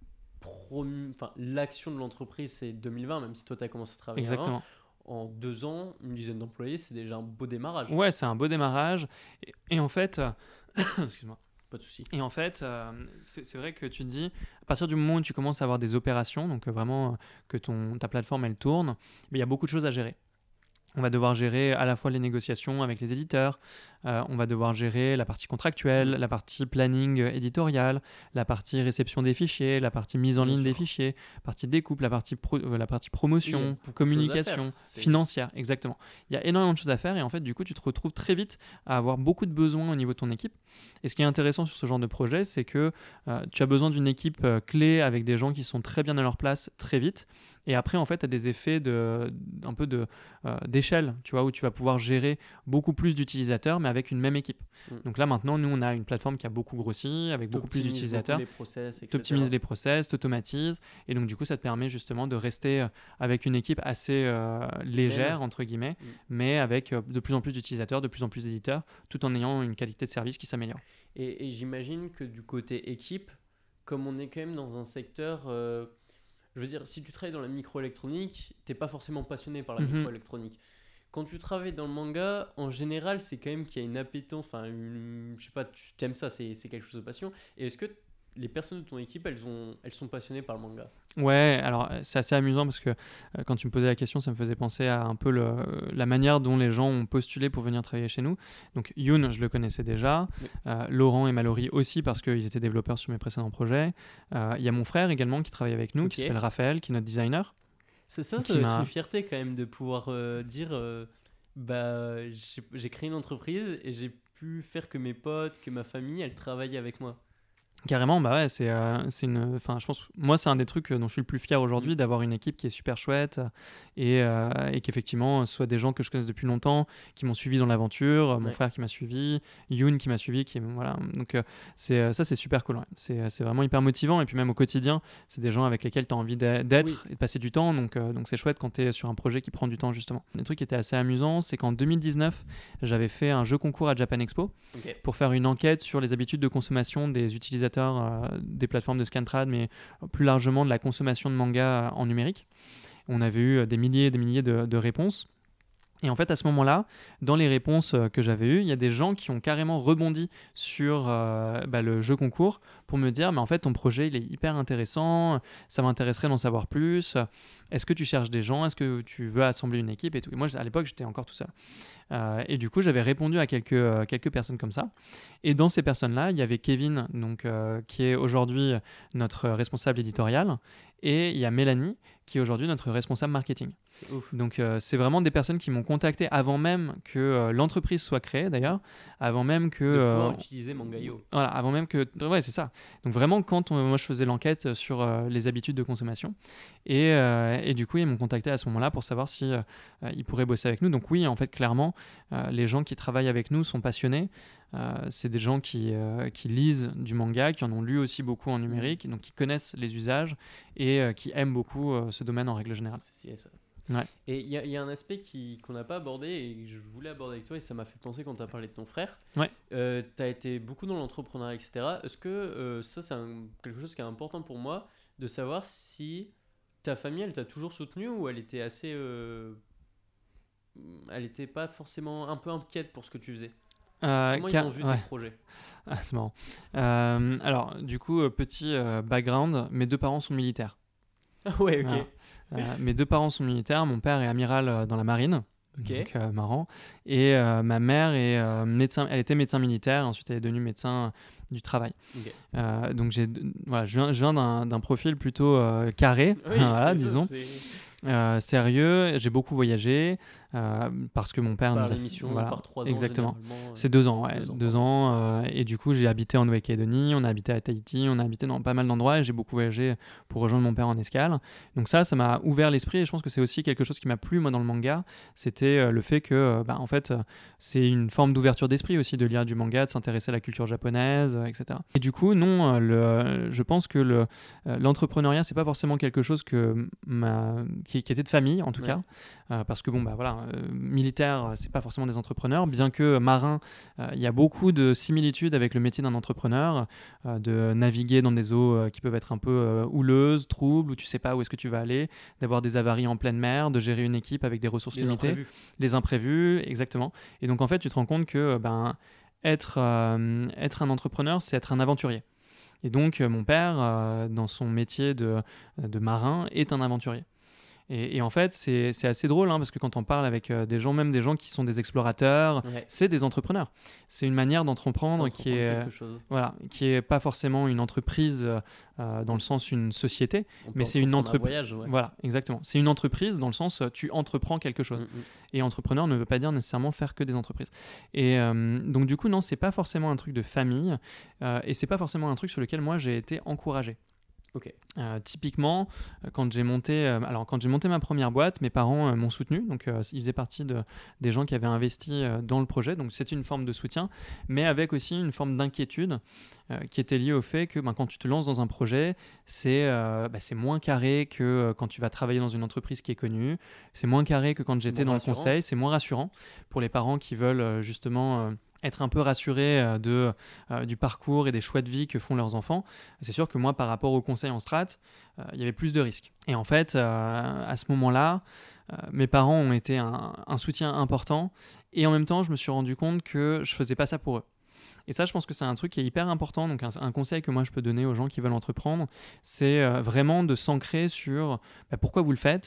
Prom... Enfin, l'action de l'entreprise, c'est deux mille vingt, même si toi, tu as commencé à travailler Exactement. avant. En deux ans, une dizaine d'employés, c'est déjà un beau démarrage. Ouais, c'est un beau démarrage. Et, et en fait... Euh... Excuse-moi. Pas de souci. Et en fait, euh, c'est, c'est vrai que tu te dis, à partir du moment où tu commences à avoir des opérations, donc euh, vraiment euh, que ton, ta plateforme, elle tourne, il y a beaucoup de choses à gérer. On va devoir gérer à la fois les négociations avec les éditeurs, euh, on va devoir gérer la partie contractuelle, la partie planning éditorial, la partie réception des fichiers, la partie mise en Bien ligne sûr. des fichiers, la partie découpe, la partie, pro, euh, la partie promotion, communication, financière, exactement. Il y a énormément de choses à faire et en fait, du coup, tu te retrouves très vite à avoir beaucoup de besoins au niveau de ton équipe. Et ce qui est intéressant sur ce genre de projet, c'est que euh, tu as besoin d'une équipe euh, clé avec des gens qui sont très bien à leur place très vite. Et après, en fait, tu as des effets de, un peu de, euh, d'échelle, tu vois, où tu vas pouvoir gérer beaucoup plus d'utilisateurs, mais avec une même équipe. Mm. Donc là, maintenant, nous, on a une plateforme qui a beaucoup grossi, avec beaucoup plus d'utilisateurs. Tu optimises les process, tu automatises. Et donc, du coup, ça te permet justement de rester avec une équipe assez euh, légère, même. entre guillemets, mm. mais avec euh, de plus en plus d'utilisateurs, de plus en plus d'éditeurs, tout en ayant une qualité de service qui s'améliore. Et, et j'imagine que du côté équipe, comme on est quand même dans un secteur... Euh, Je veux dire, si tu travailles dans la microélectronique, t'es pas forcément passionné par la mm-hmm. microélectronique. Quand tu travailles dans le manga, en général, c'est quand même qu'il y a une appétence, enfin, une, je sais pas, tu aimes ça, c'est, c'est quelque chose de passion. Et est-ce que les personnes de ton équipe, elles, ont, elles sont passionnées par le manga? Ouais, alors c'est assez amusant parce que euh, quand tu me posais la question, ça me faisait penser à un peu le, la manière dont les gens ont postulé pour venir travailler chez nous. Donc Youn, je le connaissais déjà, oui. euh, Laurent et Mallory aussi parce qu'ils étaient développeurs sur mes précédents projets. Il euh, y a mon frère également qui travaille avec nous, okay. qui s'appelle Raphaël, qui est notre designer. C'est ça, ça doit être une fierté quand même de pouvoir euh, dire euh, bah, j'ai, j'ai créé une entreprise et j'ai pu faire que mes potes, que ma famille, elles travaillent avec moi. Carrément, bah ouais, c'est euh, c'est une. Enfin, je pense, moi, c'est un des trucs dont je suis le plus fier aujourd'hui, Mmh. d'avoir une équipe qui est super chouette et, euh, et qu'effectivement, ce soit des gens que je connaisse depuis longtemps, qui m'ont suivi dans l'aventure, mon Ouais. frère qui m'a suivi, Youn qui m'a suivi, qui voilà. Donc euh, c'est euh, ça, c'est super cool. Ouais. C'est c'est vraiment hyper motivant et puis même au quotidien, c'est des gens avec lesquels tu as envie d'e- d'être Oui. et de passer du temps. Donc euh, donc c'est chouette quand tu es sur un projet qui prend du temps justement. Un truc qui était assez amusant, c'est qu'en deux mille dix-neuf, j'avais fait un jeu concours à Japan Expo Ok. pour faire une enquête sur les habitudes de consommation des utilisateurs euh, des plateformes de Scantrad, mais plus largement de la consommation de manga en numérique. On avait eu des milliers et des milliers de, de réponses. Et en fait, à ce moment-là, dans les réponses euh, que j'avais eues, il y a des gens qui ont carrément rebondi sur euh, bah, le jeu concours pour me dire, mais en fait, ton projet, il est hyper intéressant, ça m'intéresserait d'en savoir plus. Est-ce que tu cherches des gens? Est-ce que tu veux assembler une équipe et tout? Et moi, à l'époque, j'étais encore tout seul. Euh, et du coup, j'avais répondu à quelques, euh, quelques personnes comme ça. Et dans ces personnes-là, il y avait Kevin, donc, euh, qui est aujourd'hui notre responsable éditorial, et il y a Mélanie, qui est aujourd'hui notre responsable marketing. C'est ouf. Donc, euh, c'est vraiment des personnes qui m'ont contacté avant même que euh, l'entreprise soit créée, d'ailleurs, avant même que... De pouvoir euh, utiliser Mangayo. voilà, avant même que... Ouais, c'est ça. Donc vraiment, quand on- moi, je faisais l'enquête sur euh, les habitudes de consommation. Et, euh, et du coup, ils m'ont contacté à ce moment-là pour savoir si euh, euh, ils pourraient bosser avec nous. Donc oui, en fait, clairement, euh, les gens qui travaillent avec nous sont passionnés. Euh, c'est des gens qui, euh, qui lisent du manga, qui en ont lu aussi beaucoup en numérique, donc qui connaissent les usages et euh, qui aiment beaucoup euh, ce domaine en règle générale. C'est stylé, ça. Ouais. Et il y, a- y a un aspect qui, qu'on n'a pas abordé et que je voulais aborder avec toi, et ça m'a fait penser quand tu as parlé de ton frère. Ouais. Euh, tu as été beaucoup dans l'entrepreneuriat, et cetera. Est-ce que euh, ça, c'est un- quelque chose qui est important pour moi de savoir si ta famille, elle t'a toujours soutenu ou elle était assez. Euh, elle était pas forcément un peu inquiète pour ce que tu faisais? Euh, Comment car- ils ont vu ouais. tes projets? Ah, c'est marrant. Euh, alors, du coup, euh, petit euh, background, mes deux parents sont militaires. Ah ouais, ok. Voilà. Euh, mes deux parents sont militaires. Mon père est amiral euh, dans la marine. Ok. Donc, euh, marrant. Et euh, ma mère est euh, médecin. Elle était médecin militaire. Ensuite, elle est devenue médecin du travail. Ok. Euh, donc, j'ai, voilà, je viens, je viens d'un, d'un profil plutôt euh, carré, Oui, voilà, c'est- disons. c'est Euh, sérieux. J'ai beaucoup voyagé euh, parce que mon père par nous a l'émission, voilà, par trois ans. exactement. généralement, euh, C'est deux ans, ouais, deux ans, deux pardon. ans. euh, et du coup, j'ai habité en Nouvelle-Calédonie, on a habité à Tahiti, on a habité dans pas mal d'endroits et j'ai beaucoup voyagé pour rejoindre mon père en escale. Donc ça, ça m'a ouvert l'esprit et je pense que c'est aussi quelque chose qui m'a plu moi dans le manga. C'était euh, le fait que, euh, bah, en fait, euh, c'est une forme d'ouverture d'esprit aussi de lire du manga, de s'intéresser à la culture japonaise, euh, et cetera. Et du coup, non, euh, le, je pense que le, euh, l'entrepreneuriat, c'est pas forcément quelque chose que ma, qui, qui était de famille en tout Ouais. cas, euh, parce que bon, bah voilà, euh, militaire, euh, c'est pas forcément des entrepreneurs, bien que marin, euh, il y a beaucoup de similitudes avec le métier d'un entrepreneur, euh, de naviguer dans des eaux euh, qui peuvent être un peu euh, houleuses, troubles, où tu sais pas où est-ce que tu vas aller, d'avoir des avaries en pleine mer, de gérer une équipe avec des ressources Les limitées, imprévus. les imprévus, exactement. Et donc en fait, tu te rends compte que euh, ben, être, euh, être un entrepreneur, c'est être un aventurier. Et donc euh, mon père, euh, dans son métier de, de marin, est un aventurier. Et, et en fait, c'est c'est assez drôle, hein, parce que quand on parle avec euh, des gens, même des gens qui sont des explorateurs, Ouais. c'est des entrepreneurs. C'est une manière d'entreprendre C'est qui entreprendre est, quelque chose. voilà, qui est pas forcément une entreprise euh, euh, dans le sens une société, On peut mais c'est une entreprendre un entreprise. voyage, ouais. Voilà, exactement. C'est une entreprise dans le sens euh, tu entreprends quelque chose. Mm, mm. Et entrepreneur ne veut pas dire nécessairement faire que des entreprises. Et euh, donc du coup, non, c'est pas forcément un truc de famille, euh, et c'est pas forcément un truc sur lequel moi j'ai été encouragé. Ok. Euh, typiquement, euh, quand j'ai monté, euh, alors quand j'ai monté ma première boîte, mes parents euh, m'ont soutenu, donc euh, ils faisaient partie de, des gens qui avaient investi euh, dans le projet, donc c'est une forme de soutien, mais avec aussi une forme d'inquiétude euh, qui était liée au fait que ben, quand tu te lances dans un projet, c'est euh, bah, c'est moins carré que euh, quand tu vas travailler dans une entreprise qui est connue, c'est moins carré que quand j'étais moins dans le rassurant. conseil, c'est moins rassurant pour les parents qui veulent euh, justement euh, être un peu rassurés euh, de, euh, du parcours et des choix de vie que font leurs enfants. C'est sûr que moi, par rapport au conseil en strat, euh, il y avait plus de risques. Et en fait, euh, à ce moment-là, euh, mes parents ont été un, un soutien important et en même temps, je me suis rendu compte que je faisais pas ça pour eux. Et ça, je pense que c'est un truc qui est hyper important. Donc, un, un conseil que moi, je peux donner aux gens qui veulent entreprendre, c'est euh, vraiment de s'ancrer sur bah, pourquoi vous le faites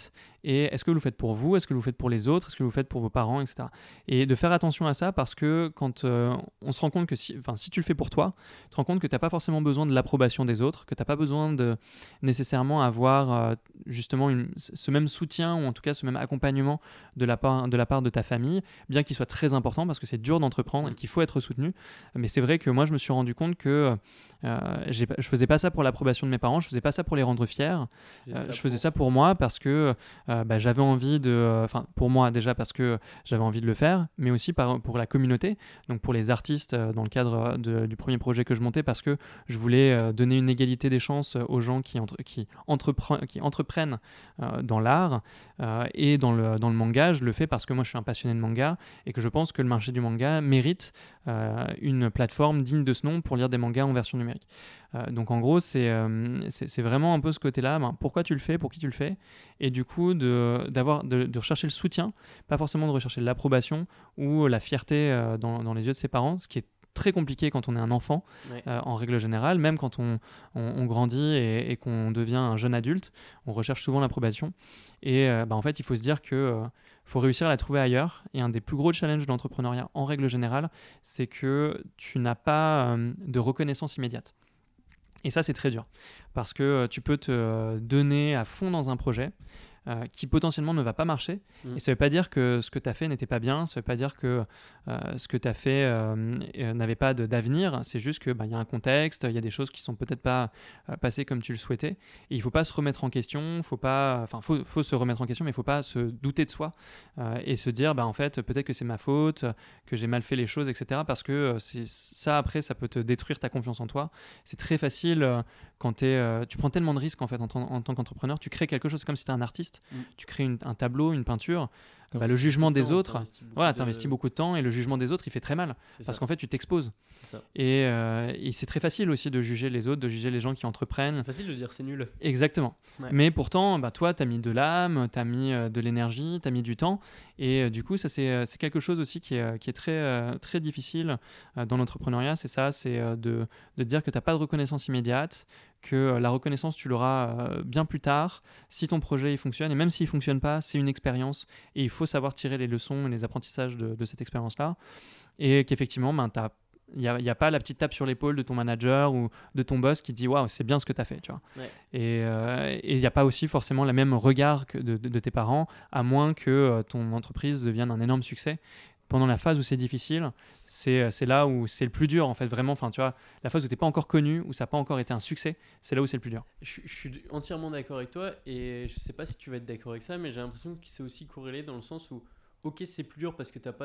Et est-ce que vous le faites pour vous? Est-ce que vous le faites pour les autres? Est-ce que vous le faites pour vos parents, et cetera. Et de faire attention à ça parce que quand euh, on se rend compte que si, si tu le fais pour toi, tu te rends compte que tu n'as pas forcément besoin de l'approbation des autres, que tu n'as pas besoin de nécessairement avoir euh, justement une, ce même soutien ou en tout cas ce même accompagnement de la part de, la part de ta famille, bien qu'il soit très important parce que c'est dur d'entreprendre et qu'il faut être soutenu. Mais c'est vrai que moi, je me suis rendu compte que euh, j'ai, je faisais pas ça pour l'approbation de mes parents, je faisais pas ça pour les rendre fiers, euh, je faisais ça pour moi parce que euh, bah, j'avais envie de, enfin pour moi déjà parce que j'avais envie de le faire, mais aussi par, pour la communauté, donc pour les artistes euh, dans le cadre de, du premier projet que je montais, parce que je voulais euh, donner une égalité des chances aux gens qui, entre, qui, entrepre, qui entreprennent euh, dans l'art euh, et dans le, dans le manga. Je le fais parce que moi je suis un passionné de manga et que je pense que le marché du manga mérite euh, une plateforme digne de ce nom pour lire des mangas en version numérique. Euh, donc en gros, c'est, euh, c'est, c'est vraiment un peu ce côté-là. Ben, pourquoi tu le fais? Pour qui tu le fais? Et du coup, de, d'avoir, de, de rechercher le soutien, pas forcément de rechercher l'approbation ou la fierté euh, dans, dans les yeux de ses parents, ce qui est très compliqué quand on est un enfant, ouais. euh, en règle générale. Même quand on, on, on grandit et, et qu'on devient un jeune adulte, on recherche souvent l'approbation. Et euh, bah, en fait, il faut se dire qu'il euh, faut réussir à la trouver ailleurs. Et un des plus gros challenges de l'entrepreneuriat, en règle générale, c'est que tu n'as pas euh, de reconnaissance immédiate. Et ça, c'est très dur. Parce que euh, tu peux te donner à fond dans un projet, Euh, qui potentiellement ne va pas marcher. Mmh. Et ça ne veut pas dire que ce que tu as fait n'était pas bien, ça ne veut pas dire que euh, ce que tu as fait euh, euh, n'avait pas de, d'avenir, c'est juste qu'il bah, y a un contexte, il y a des choses qui ne sont peut-être pas euh, passées comme tu le souhaitais. Et il ne faut pas se remettre en question, il faut, faut, faut se remettre en question, mais il ne faut pas se douter de soi euh, et se dire, bah, en fait, peut-être que c'est ma faute, que j'ai mal fait les choses, et cetera. Parce que c'est, ça, après, ça peut te détruire ta confiance en toi. C'est très facile euh, quand t'es, euh, tu prends tellement de risques en, fait, en, t- en tant qu'entrepreneur, tu crées quelque chose, c'est comme si tu étais un artiste. Mmh. Tu crées une, un tableau, une peinture, bah, le jugement des temps, autres, voilà, tu investis de... beaucoup de temps et le jugement des autres, il fait très mal c'est parce ça. Qu'en fait, tu t'exposes. C'est ça. Et, euh, et c'est très facile aussi de juger les autres, de juger les gens qui entreprennent. C'est facile de dire c'est nul. Exactement. Ouais. Mais pourtant, bah, toi, tu as mis de l'âme, tu as mis euh, de l'énergie, tu as mis du temps. Et euh, du coup, ça, c'est, c'est quelque chose aussi qui est, qui est très, euh, très difficile euh, dans l'entrepreneuriat. C'est ça, c'est euh, de, de dire que tu n'as pas de reconnaissance immédiate, que euh, la reconnaissance, tu l'auras euh, bien plus tard, si ton projet il fonctionne. Et même s'il ne fonctionne pas, c'est une expérience. Et il faut savoir tirer les leçons et les apprentissages de, de cette expérience-là. Et qu'effectivement, ben, il n'y a, y a pas la petite tape sur l'épaule de ton manager ou de ton boss qui dit « Waouh, c'est bien ce que tu as fait. » tu vois. Ouais. Et il euh, n'y a pas aussi forcément le même regard que de, de, de tes parents, à moins que euh, ton entreprise devienne un énorme succès. Pendant la phase où c'est difficile, c'est, c'est là où c'est le plus dur, en fait, vraiment. Enfin, tu vois, la phase où tu n'es pas encore connu, où ça n'a pas encore été un succès, c'est là où c'est le plus dur. Je, je suis entièrement d'accord avec toi et je ne sais pas si tu vas être d'accord avec ça, mais j'ai l'impression que c'est aussi corrélé dans le sens où, ok, c'est plus dur parce que tu n'as pas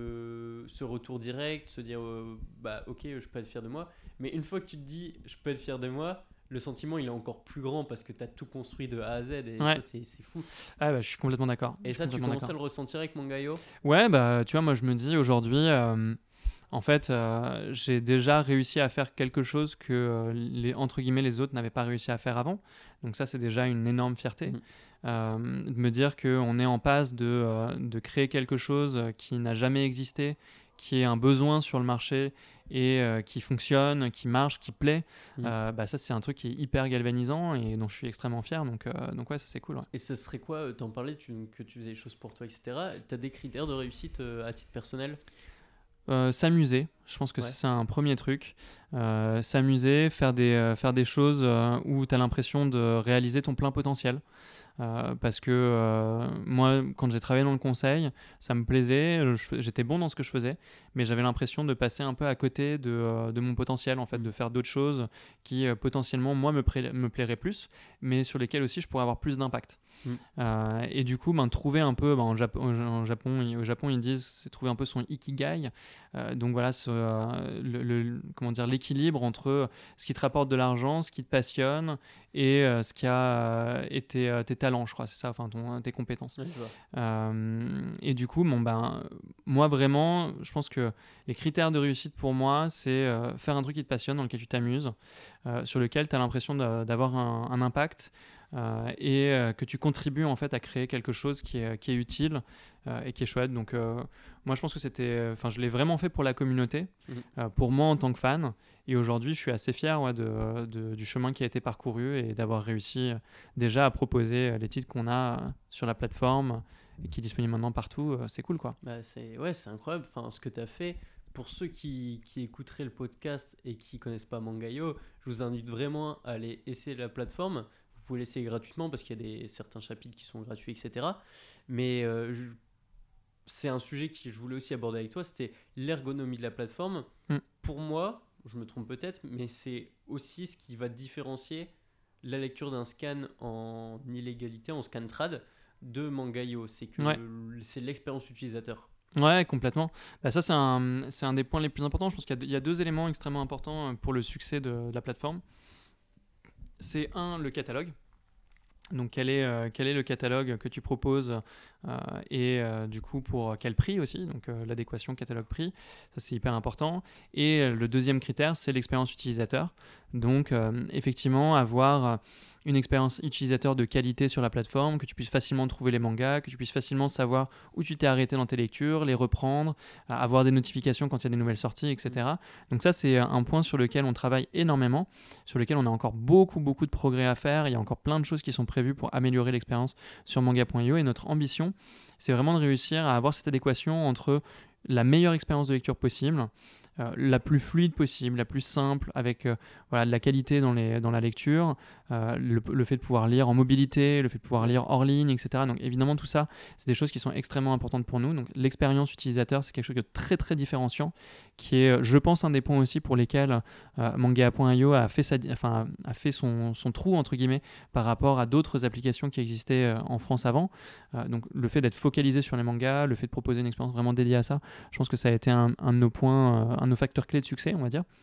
ce, ce retour direct, se dire, euh, bah, ok, je peux être fier de moi. Mais une fois que tu te dis, je peux être fier de moi, le sentiment il est encore plus grand parce que tu as tout construit de A à Z et ouais. ça c'est, c'est fou. Ah bah, je suis complètement d'accord. Et ça tu commences à le ressentir avec Mangayo? Ouais, bah tu vois, moi je me dis aujourd'hui, euh, en fait, euh, j'ai déjà réussi à faire quelque chose que euh, les, entre guillemets les autres n'avaient pas réussi à faire avant. Donc ça c'est déjà une énorme fierté. Mmh. Euh, de me dire qu'on est en passe de, euh, de créer quelque chose qui n'a jamais existé, qui est un besoin sur le marché et euh, qui fonctionne, qui marche, qui plaît, mmh. euh, bah ça c'est un truc qui est hyper galvanisant et dont je suis extrêmement fier, donc, euh, donc ouais, ça c'est cool. Ouais. Et ça serait quoi, t'en parlais, tu, que tu faisais les choses pour toi, et cetera. T'as des critères de réussite euh, à titre personnel? euh, S'amuser, je pense que ouais. c'est un premier truc. Euh, s'amuser, faire des, euh, faire des choses euh, où t'as l'impression de réaliser ton plein potentiel. Euh, parce que euh, moi, quand j'ai travaillé dans le conseil, ça me plaisait, je, j'étais bon dans ce que je faisais, mais j'avais l'impression de passer un peu à côté de, euh, de mon potentiel, en fait, de faire d'autres choses qui euh, potentiellement, moi, me, pra- me plairaient plus, mais sur lesquelles aussi je pourrais avoir plus d'impact. Mmh. Euh, et du coup, ben, trouver un peu, ben, en Japon, en Japon, au Japon, ils disent, c'est trouver un peu son ikigai. Euh, donc voilà, ce, euh, le, le, comment dire, l'équilibre entre ce qui te rapporte de l'argent, ce qui te passionne et euh, ce qui a euh, été euh, tes talents, je crois, c'est ça, enfin ton, tes compétences. Ouais, euh, et du coup, bon, ben, moi vraiment, je pense que les critères de réussite pour moi, c'est euh, faire un truc qui te passionne, dans lequel tu t'amuses, euh, sur lequel tu as l'impression de, d'avoir un, un impact. euh, et euh, que tu contribues en fait à créer quelque chose qui est, qui est utile euh, et qui est chouette. Donc euh, moi je pense que c'était, enfin je l'ai vraiment fait pour la communauté, mmh. euh, pour moi en tant que fan. Et aujourd'hui je suis assez fier ouais, de, de, du chemin qui a été parcouru et d'avoir réussi déjà à proposer les titres qu'on a sur la plateforme et qui est disponible maintenant partout. C'est cool quoi. Bah c'est, ouais, c'est incroyable enfin, ce que tu as fait. Pour ceux qui, qui écouteraient le podcast et qui ne connaissent pas Mangaio, je vous invite vraiment à aller essayer la plateforme. Vous pouvez l'essayer gratuitement parce qu'il y a des, certains chapitres qui sont gratuits, et cetera. Mais euh, je, c'est un sujet que je voulais aussi aborder avec toi, c'était l'ergonomie de la plateforme. Mm. Pour moi, je me trompe peut-être, mais c'est aussi ce qui va différencier la lecture d'un scan en illégalité, en scan trad, de Mangaio. C'est que ouais. c'est l'expérience utilisateur. Ouais, complètement. Bah ça, c'est un, c'est un des points les plus importants. Je pense qu'il y a, il y a deux éléments extrêmement importants pour le succès de, de la plateforme. C'est un, le catalogue. Donc, quel est, euh, quel est le catalogue que tu proposes euh, et euh, du coup, pour quel prix aussi. Donc, euh, l'adéquation catalogue-prix, ça, c'est hyper important. Et le deuxième critère, c'est l'expérience utilisateur. Donc, euh, effectivement, avoir une expérience utilisateur de qualité sur la plateforme, que tu puisses facilement trouver les mangas, que tu puisses facilement savoir où tu t'es arrêté dans tes lectures, les reprendre, avoir des notifications quand il y a des nouvelles sorties, et cetera. Donc ça, c'est un point sur lequel on travaille énormément, sur lequel on a encore beaucoup, beaucoup de progrès à faire. Il y a encore plein de choses qui sont prévues pour améliorer l'expérience sur manga point io et notre ambition, c'est vraiment de réussir à avoir cette adéquation entre la meilleure expérience de lecture possible, Euh, la plus fluide possible, la plus simple, avec euh, voilà, de la qualité dans, les, dans la lecture, euh, le, le fait de pouvoir lire en mobilité, le fait de pouvoir lire hors ligne, et cetera. Donc évidemment, tout ça, c'est des choses qui sont extrêmement importantes pour nous. Donc l'expérience utilisateur, c'est quelque chose de très très différenciant, qui est, je pense, un des points aussi pour lesquels euh, manga point io a fait, sa, enfin, a fait son, son trou, entre guillemets, par rapport à d'autres applications qui existaient euh, en France avant. Euh, donc le fait d'être focalisé sur les mangas, le fait de proposer une expérience vraiment dédiée à ça, je pense que ça a été un, un de nos points, euh, un de nos facteurs clés de succès, on va dire.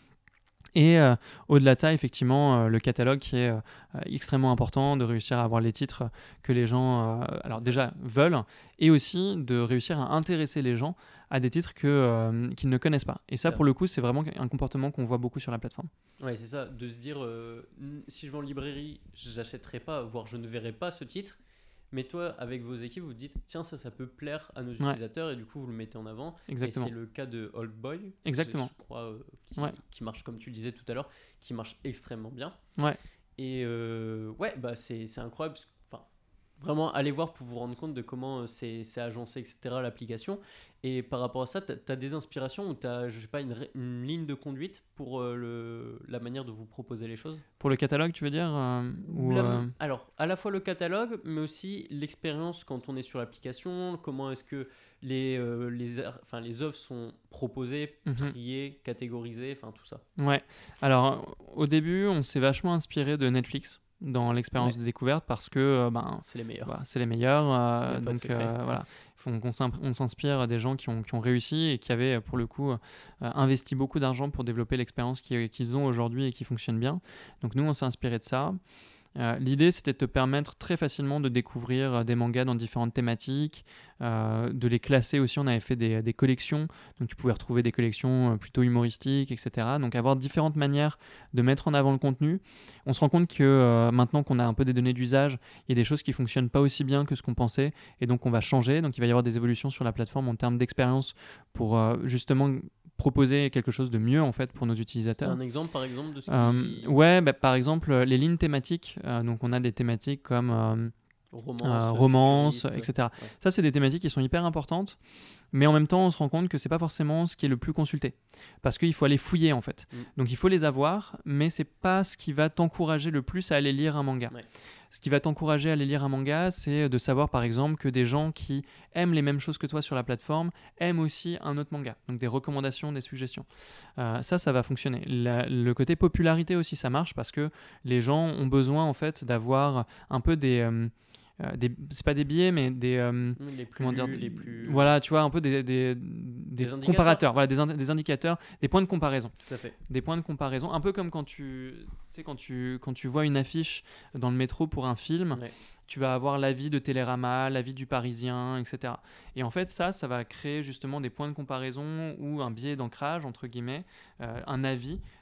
Et euh, au-delà de ça, effectivement, euh, le catalogue qui est euh, extrêmement important, de réussir à avoir les titres que les gens, euh, alors déjà, veulent, et aussi de réussir à intéresser les gens à des titres que, euh, qu'ils ne connaissent pas. Et ça, pour le coup, c'est vraiment un comportement qu'on voit beaucoup sur la plateforme. Ouais, c'est ça, de se dire, euh, si je vais en librairie, j'achèterai pas, voire je ne verrai pas ce titre. Mais toi, avec vos équipes, vous dites, tiens, ça, ça peut plaire à nos ouais. utilisateurs, et du coup, vous le mettez en avant. Exactement. Et c'est le cas de Old Boy, Exactement. je crois, euh, qui, ouais. qui marche, comme tu le disais tout à l'heure, qui marche extrêmement bien. Ouais. Et euh, ouais, bah, c'est, c'est incroyable. Enfin, vraiment, allez voir pour vous rendre compte de comment c'est, c'est agencé, et cetera, l'application. Et par rapport à ça, tu as des inspirations ou tu as, je sais pas, une, une ligne de conduite pour euh, le, la manière de vous proposer les choses? Pour le catalogue, tu veux dire euh, ou la, euh... Alors, à la fois le catalogue, mais aussi l'expérience quand on est sur l'application. Comment est-ce que les, euh, les, enfin, les œuvres sont proposées, mm-hmm. triées, catégorisées, enfin tout ça. Ouais. Alors, au début, on s'est vachement inspiré de Netflix dans l'expérience ouais. de découverte parce que euh, ben, c'est les meilleurs. Bah, c'est les meilleurs. Euh, donc euh, voilà, on, on s'inspire des gens qui ont, qui ont réussi et qui avaient pour le coup euh, investi beaucoup d'argent pour développer l'expérience qu'ils, qu'ils ont aujourd'hui et qui fonctionne bien. Donc nous, on s'est inspiré de ça. Euh, l'idée, c'était de te permettre très facilement de découvrir des mangas dans différentes thématiques, euh, de les classer aussi. On avait fait des, des collections, donc tu pouvais retrouver des collections plutôt humoristiques, et cetera. Donc avoir différentes manières de mettre en avant le contenu. On se rend compte que euh, maintenant qu'on a un peu des données d'usage, il y a des choses qui ne fonctionnent pas aussi bien que ce qu'on pensait, et donc on va changer. Donc il va y avoir des évolutions sur la plateforme en termes d'expérience pour euh, justement proposer quelque chose de mieux en fait pour nos utilisateurs. Un exemple par exemple de ce qui... euh, Ouais, bah, par exemple les lignes thématiques. Euh, donc on a des thématiques comme euh, romance, euh, romance et cetera. Ouais. Ça, c'est des thématiques qui sont hyper importantes. Mais en même temps, on se rend compte que c'est pas forcément ce qui est le plus consulté. Parce qu'il faut aller fouiller, en fait. Mm. Donc, il faut les avoir, mais c'est pas ce qui va t'encourager le plus à aller lire un manga. Ouais. Ce qui va t'encourager à aller lire un manga, c'est de savoir, par exemple, que des gens qui aiment les mêmes choses que toi sur la plateforme aiment aussi un autre manga. Donc, des recommandations, des suggestions. Euh, ça, ça va fonctionner. La, le côté popularité aussi, ça marche parce que les gens ont besoin, en fait, d'avoir un peu des... Euh, Euh, des, c'est pas des biais mais des euh, les plus, comment dire les plus... voilà tu vois un peu des, des, des, des comparateurs voilà des, ind- des indicateurs des points de comparaison. Tout à fait. Des points de comparaison un peu comme quand tu tu sais quand tu quand tu vois une affiche dans le métro pour un film. Ouais. Tu vas avoir l'avis de Télérama, l'avis du Parisien, et cetera. Et en fait, ça, ça va créer justement des points de comparaison ou un biais d'ancrage, entre guillemets, euh, un avis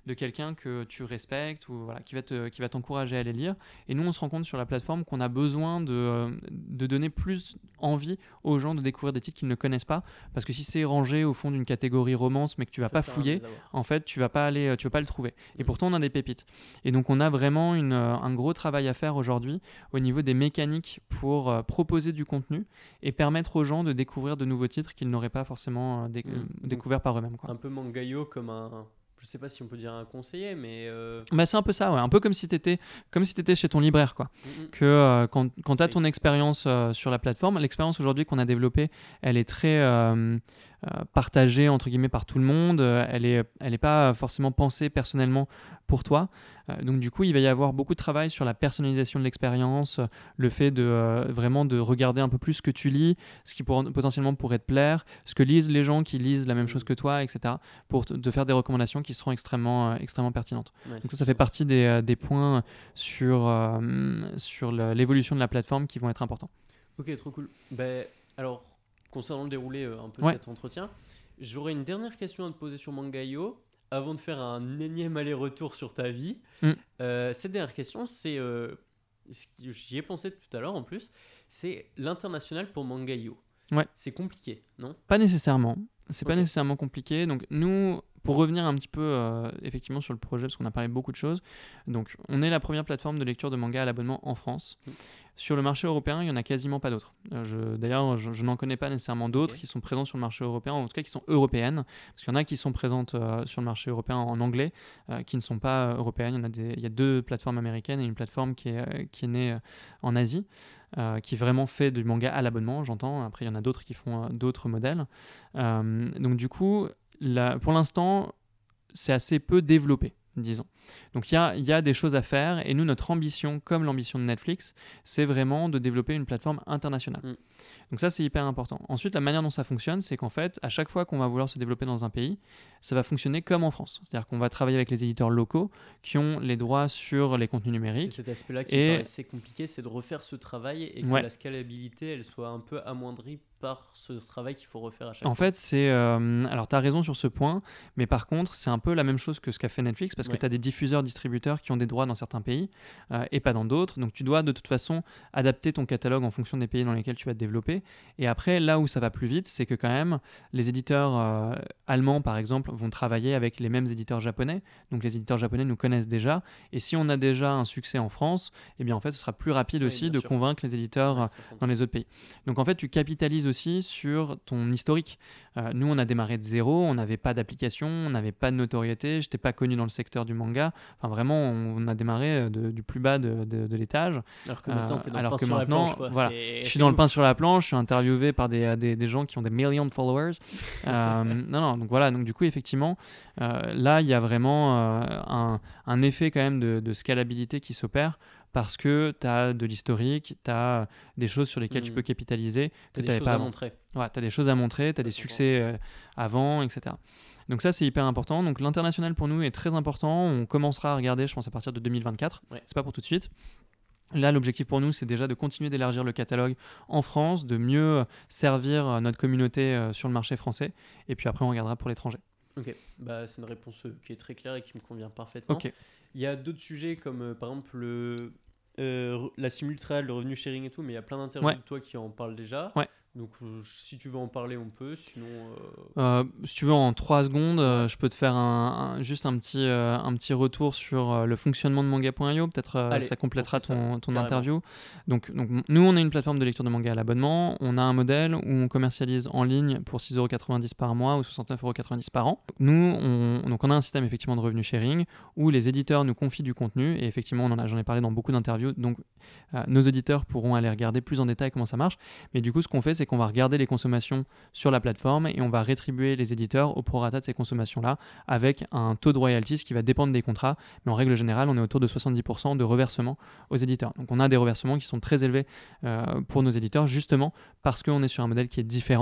de quelqu'un que tu respectes ou voilà, qui va te, qui va t'encourager à les lire. Et nous, on se rend compte sur la plateforme qu'on a besoin de, de donner plus envie aux gens de découvrir des titres qu'ils ne connaissent pas, parce que si c'est rangé au fond d'une catégorie romance, mais que tu vas Ça pas sert à rien de fouiller, les avoir. en fait, tu vas pas aller, tu vas pas le trouver. Et Mm. pourtant, on a des pépites. Et donc, on a vraiment une, un gros travail à faire aujourd'hui au niveau des mécaniques pour euh, proposer du contenu et permettre aux gens de découvrir de nouveaux titres qu'ils n'auraient pas forcément euh, dé- Mm. euh, Donc, découverts par eux-mêmes, quoi. un peu Mangayo comme un, je sais pas si on peut dire un conseiller, mais euh, Bah, c'est un peu ça, ouais. Un peu comme si tu étais comme si t'étais chez ton libraire, quoi. mm, mm. Que euh, quand, quand tu as C'est ton ex- expérience euh, sur la plateforme, l'expérience aujourd'hui qu'on a développée, elle est très euh, euh, partagée entre guillemets par tout le monde. Euh, elle est, elle est pas forcément pensée personnellement pour toi. Euh, donc du coup, il va y avoir beaucoup de travail sur la personnalisation de l'expérience, euh, le fait de euh, vraiment de regarder un peu plus ce que tu lis, ce qui pour- potentiellement pourrait te plaire, ce que lisent les gens qui lisent la même Mm. chose que toi, et cetera. Pour te, te faire des recommandations qui seront extrêmement, euh, extrêmement pertinentes. Ouais, Donc c'est ça, ça fait sûr. partie des, euh, des points sur, euh, sur le- l'évolution de la plateforme qui vont être importants. Ok, trop cool. Ben, alors, concernant le déroulé euh, un peu Ouais. de cet entretien, j'aurais une dernière question à te poser sur Mangayo avant de faire un énième aller-retour sur ta vie. Mm. Euh, cette dernière question, c'est euh, ce qui- j'y ai pensé tout à l'heure en plus, c'est l'international pour Mangayo. Ouais. C'est compliqué, non? Pas nécessairement. C'est pas Ok. nécessairement compliqué. Donc nous, pour revenir un petit peu euh, effectivement sur le projet, parce qu'on a parlé beaucoup de choses. Donc on est la première plateforme de lecture de manga à l'abonnement en France. Mm. Sur le marché européen, il n'y en a quasiment pas d'autres. Euh, je- D'ailleurs, je, je n'en connais pas nécessairement d'autres Ok. qui sont présents sur le marché européen, en tout cas qui sont européennes. Parce qu'il y en a qui sont présentes euh, sur le marché européen en anglais, euh, qui ne sont pas euh, européennes. Il y, en a des, il y a deux plateformes américaines et une plateforme qui est, euh, qui est née euh, en Asie, euh, qui vraiment fait du manga à l'abonnement, j'entends. Après, il y en a d'autres qui font euh, d'autres modèles. Euh, donc du coup, la- pour l'instant, c'est assez peu développé, disons. Donc il y a, il y a des choses à faire et nous, notre ambition, comme l'ambition de Netflix, c'est vraiment de développer une plateforme internationale. Mm. Donc ça, c'est hyper important. Ensuite, la manière dont ça fonctionne, c'est qu'en fait, à chaque fois qu'on va vouloir se développer dans un pays, ça va fonctionner comme en France. C'est-à-dire qu'on va travailler avec les éditeurs locaux qui ont les droits sur les contenus C'est numériques. cet aspect-là qui Et- me paraissait compliqué, c'est de refaire ce travail et que Ouais. la scalabilité, elle soit un peu amoindrie par ce travail qu'il faut refaire à chaque En fois. fait, c'est. euh, alors, tu as raison sur ce point, mais par contre, c'est un peu la même chose que ce qu'a fait Netflix parce Ouais. que tu as des diffuseurs, distributeurs qui ont des droits dans certains pays euh, et pas dans d'autres. Donc, tu dois de toute façon adapter ton catalogue en fonction des pays dans lesquels tu vas te développer. Et après, là où ça va plus vite, c'est que quand même, les éditeurs euh, allemands, par exemple, vont travailler avec les mêmes éditeurs japonais. Donc, les éditeurs japonais nous connaissent déjà. Et si on a déjà un succès en France, eh bien, en fait, ce sera plus rapide Oui, aussi bien de sûr. convaincre les éditeurs. Ouais, ça s'entend. Dans les autres pays. Donc en fait, tu capitalises aussi sur ton historique. Euh, nous, on a démarré de zéro, on n'avait pas d'application, on n'avait pas de notoriété, je n'étais pas connu dans le secteur du manga. Enfin vraiment, on a démarré de- du plus bas de, de- de l'étage. Alors que maintenant, Euh, t'es dans alors le pain que sur maintenant, la planche, quoi. voilà, C'est- Je c'est suis dans le ouf. pain sur la planche, je suis interviewé par des, des, des gens qui ont des millions de followers. Euh, non, non, donc voilà, donc du coup, effectivement, euh, là, il y a vraiment euh, un, un effet quand même de, de scalabilité qui s'opère parce que tu as de l'historique, tu as des choses sur lesquelles tu Mhm. peux capitaliser T'as que des tu n'avais choses pas à avant. montrer. Ouais, tu as des choses à montrer, tu as Ça des s'entend. succès euh, avant, et cetera. Donc ça, c'est hyper important. Donc l'international pour nous est très important. On commencera à regarder, je pense, à partir de deux mille vingt-quatre. Ouais. C'est pas pour tout de suite. Là, l'objectif pour nous, c'est déjà de continuer d'élargir le catalogue en France, de mieux servir euh, notre communauté euh, sur le marché français. Et puis après, on regardera pour l'étranger. Ok, bah, c'est une réponse euh, qui est très claire et qui me convient parfaitement. Ok. Il y a d'autres sujets comme euh, par exemple le, euh, re- la simultrade, le revenu sharing et tout, mais il y a plein d'interviews Ouais. de toi qui en parlent déjà. Ouais. Donc euh, si tu veux en parler, on peut. Sinon, euh, Euh, si tu veux, en trois secondes, euh, je peux te faire un, un- juste un petit, euh, un petit retour sur euh, le fonctionnement de manga point i o. Peut-être euh, Allez, ça complétera on fait ça, ton, ton carrément. interview. Donc, donc, m- nous, on est une plateforme de lecture de manga à l'abonnement. On a un modèle où on commercialise en ligne pour six euros quatre-vingt-dix par mois ou soixante-neuf euros quatre-vingt-dix par an. Nous, on, donc on a un système effectivement de revenu sharing où les éditeurs nous confient du contenu. Et effectivement, on en a, j'en ai parlé dans beaucoup d'interviews. Donc, euh, nos auditeurs pourront aller regarder plus en détail comment ça marche. Mais du coup, ce qu'on fait, c'est qu'on va regarder les consommations sur la plateforme et on va rétribuer les éditeurs au prorata de ces consommations-là avec un taux de royalties qui va dépendre des contrats. Mais en règle générale, on est autour de soixante-dix pour cent de reversement aux éditeurs. Donc on a des reversements qui sont très élevés euh, pour nos éditeurs justement parce qu'on est sur un modèle qui est différent.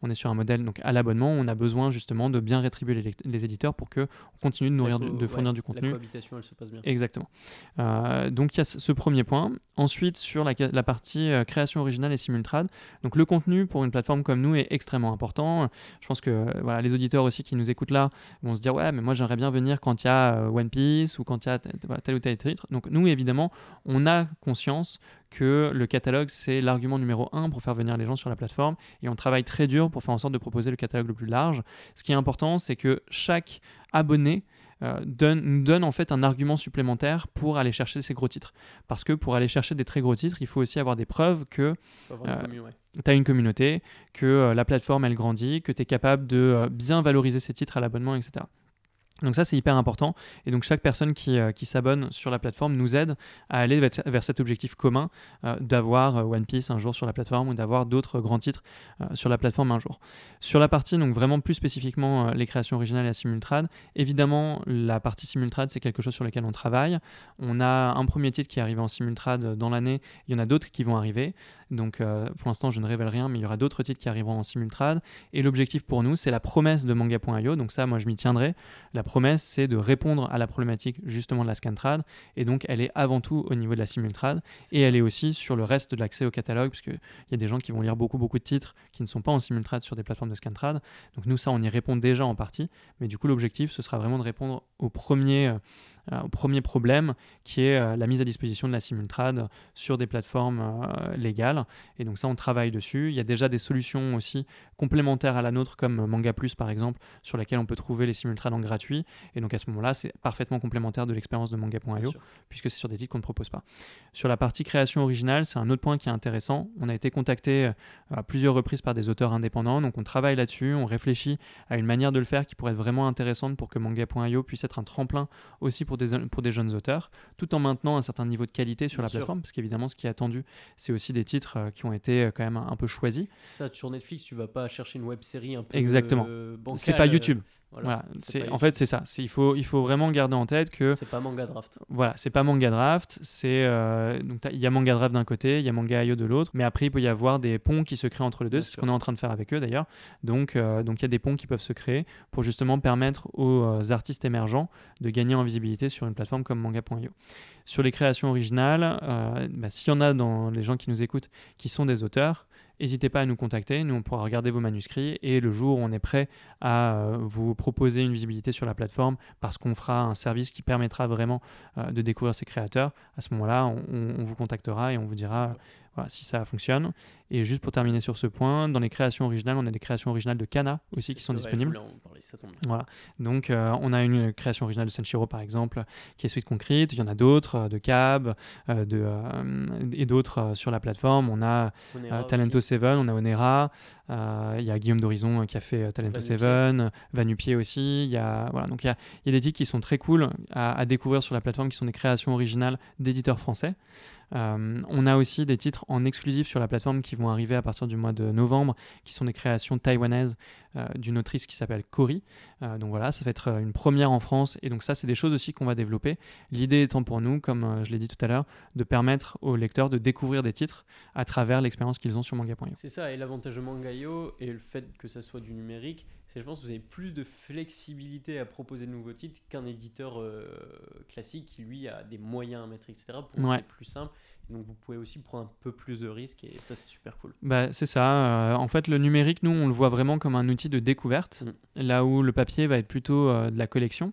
on est sur un modèle donc, à l'abonnement, on a besoin justement de bien rétribuer les, les éditeurs pour qu'on continue de, nourrir co- du, de fournir ouais, du contenu. La cohabitation, elle se passe bien. Exactement. Euh, donc il y a ce premier point. Ensuite, sur la, la partie euh, création originale et simultrade, donc le contenu pour une plateforme comme nous est extrêmement important. Je pense que euh, voilà, les auditeurs aussi qui nous écoutent là vont se dire ouais, mais moi j'aimerais bien venir quand il y a euh, One Piece ou quand il y a t- t- tel ou tel titre. Donc nous, évidemment, on a conscience que le catalogue, c'est l'argument numéro un pour faire venir les gens sur la plateforme et on travaille très dur pour faire en sorte de proposer le catalogue le plus large. Ce qui est important, c'est que chaque abonné euh, donne, nous donne en fait un argument supplémentaire pour aller chercher ces gros titres. Parce que pour aller chercher des très gros titres, il faut aussi avoir des preuves que Faut avoir une euh, commu, ouais. tu as une communauté, que euh, la plateforme elle grandit, que tu es capable de euh, bien valoriser ces titres à l'abonnement, et cetera. Donc ça, c'est hyper important. Et donc chaque personne qui, euh, qui s'abonne sur la plateforme nous aide à aller vers, vers cet objectif commun euh, d'avoir euh, One Piece un jour sur la plateforme ou d'avoir d'autres grands titres euh, sur la plateforme un jour. Sur la partie, donc vraiment plus spécifiquement euh, les créations originales et la simultrade, évidemment, la partie simultrade, c'est quelque chose sur lequel on travaille. On a un premier titre qui est arrivé en simultrade dans l'année. Il y en a d'autres qui vont arriver. Donc euh, pour l'instant, je ne révèle rien, mais il y aura d'autres titres qui arriveront en simultrade. Et l'objectif pour nous, c'est la promesse de manga point i o. Donc ça, moi, je m'y tiendrai. La promesse, c'est de répondre à la problématique justement de la scantrad, et donc elle est avant tout au niveau de la simultrad, et elle est aussi sur le reste de l'accès au catalogue, parce qu'il y a des gens qui vont lire beaucoup beaucoup de titres qui ne sont pas en simultrad sur des plateformes de scantrad, donc nous ça on y répond déjà en partie, mais du coup l'objectif ce sera vraiment de répondre au premier euh, au premier problème qui est euh, la mise à disposition de la simultrad sur des plateformes euh, légales, et donc ça on travaille dessus. Il y a déjà des solutions aussi complémentaires à la nôtre comme Manga Plus par exemple, sur laquelle on peut trouver les simultrades en gratuit, et donc à ce moment là c'est parfaitement complémentaire de l'expérience de manga point i o puisque c'est sur des titres qu'on ne propose pas. Sur la partie création originale, c'est un autre point qui est intéressant. On a été contacté à plusieurs reprises par des auteurs indépendants, donc on travaille là-dessus, on réfléchit à une manière de le faire qui pourrait être vraiment intéressante pour que manga point i o puisse être un tremplin aussi pour Pour des, pour des jeunes auteurs, tout en maintenant un certain niveau de qualité sur Bien la sûr. plateforme, parce qu'évidemment ce qui est attendu, c'est aussi des titres euh, qui ont été euh, quand même un, un peu choisis. Ça, sur Netflix, tu vas pas chercher une web série un peu Exactement. euh, bancale. C'est pas YouTube. Voilà. Voilà. C'est C'est, pas en YouTube. fait, c'est ça. C'est, il, faut, il faut vraiment garder en tête que C'est pas Manga Draft. voilà, c'est pas Manga Draft. C'est, euh, donc il y a Manga Draft d'un côté, il y a Manga point i o de l'autre, mais après il peut y avoir des ponts qui se créent entre les deux. Bien c'est sûr. ce qu'on est en train de faire avec eux d'ailleurs. Donc euh, donc il y a des ponts qui peuvent se créer pour justement permettre aux euh, artistes émergents de gagner en visibilité sur une plateforme comme Manga point i o. Sur les créations originales, euh, bah, s'il y en a dans les gens qui nous écoutent qui sont des auteurs, n'hésitez pas à nous contacter, nous on pourra regarder vos manuscrits, et le jour où on est prêt à euh, vous proposer une visibilité sur la plateforme parce qu'on fera un service qui permettra vraiment euh, de découvrir ces créateurs, à ce moment-là on, on- on vous contactera et on vous dira euh, voilà, si ça fonctionne. Et juste pour terminer sur ce point, dans les créations originales, on a des créations originales de Kana aussi qui sont C'est vrai, disponibles. je voulais en parler, ça tombe bien. Voilà. Donc, euh, on a une création originale de Senshiro, par exemple, qui est Sweet Concrete. Il y en a d'autres, euh, de Cab, euh, de, euh, et d'autres euh, sur la plateforme. On a Onera euh, Talento aussi. Seven, on a Onera. euh, Il y a Guillaume d'Horizon euh, qui a fait euh, Talento Vanupier. Seven, Vanupier aussi. Il y a, voilà. Donc, il y a, il y a des titres qui sont très cool à, à découvrir sur la plateforme, qui sont des créations originales d'éditeurs français. Euh, on a aussi des titres en exclusif sur la plateforme qui vont arriver à partir du mois de novembre, qui sont des créations taïwanaises euh, d'une autrice qui s'appelle Cory. Euh, donc voilà, ça va être euh, une première en France, et donc ça c'est des choses aussi qu'on va développer. L'idée étant pour nous, comme euh, je l'ai dit tout à l'heure, de permettre aux lecteurs de découvrir des titres à travers l'expérience qu'ils ont sur manga point i o. C'est ça, et l'avantage de Manga point i o et le fait que ça soit du numérique, c'est je pense que vous avez plus de flexibilité à proposer de nouveaux titres qu'un éditeur euh, classique qui lui a des moyens à mettre, et cetera. Pour lui Ouais. c'est plus simple, et donc vous pouvez aussi prendre un peu plus de risques, et ça c'est super cool. Bah, c'est ça. euh, en fait, le numérique, nous, on le voit vraiment comme un outil de découverte, là où le papier va être plutôt euh, de la collection.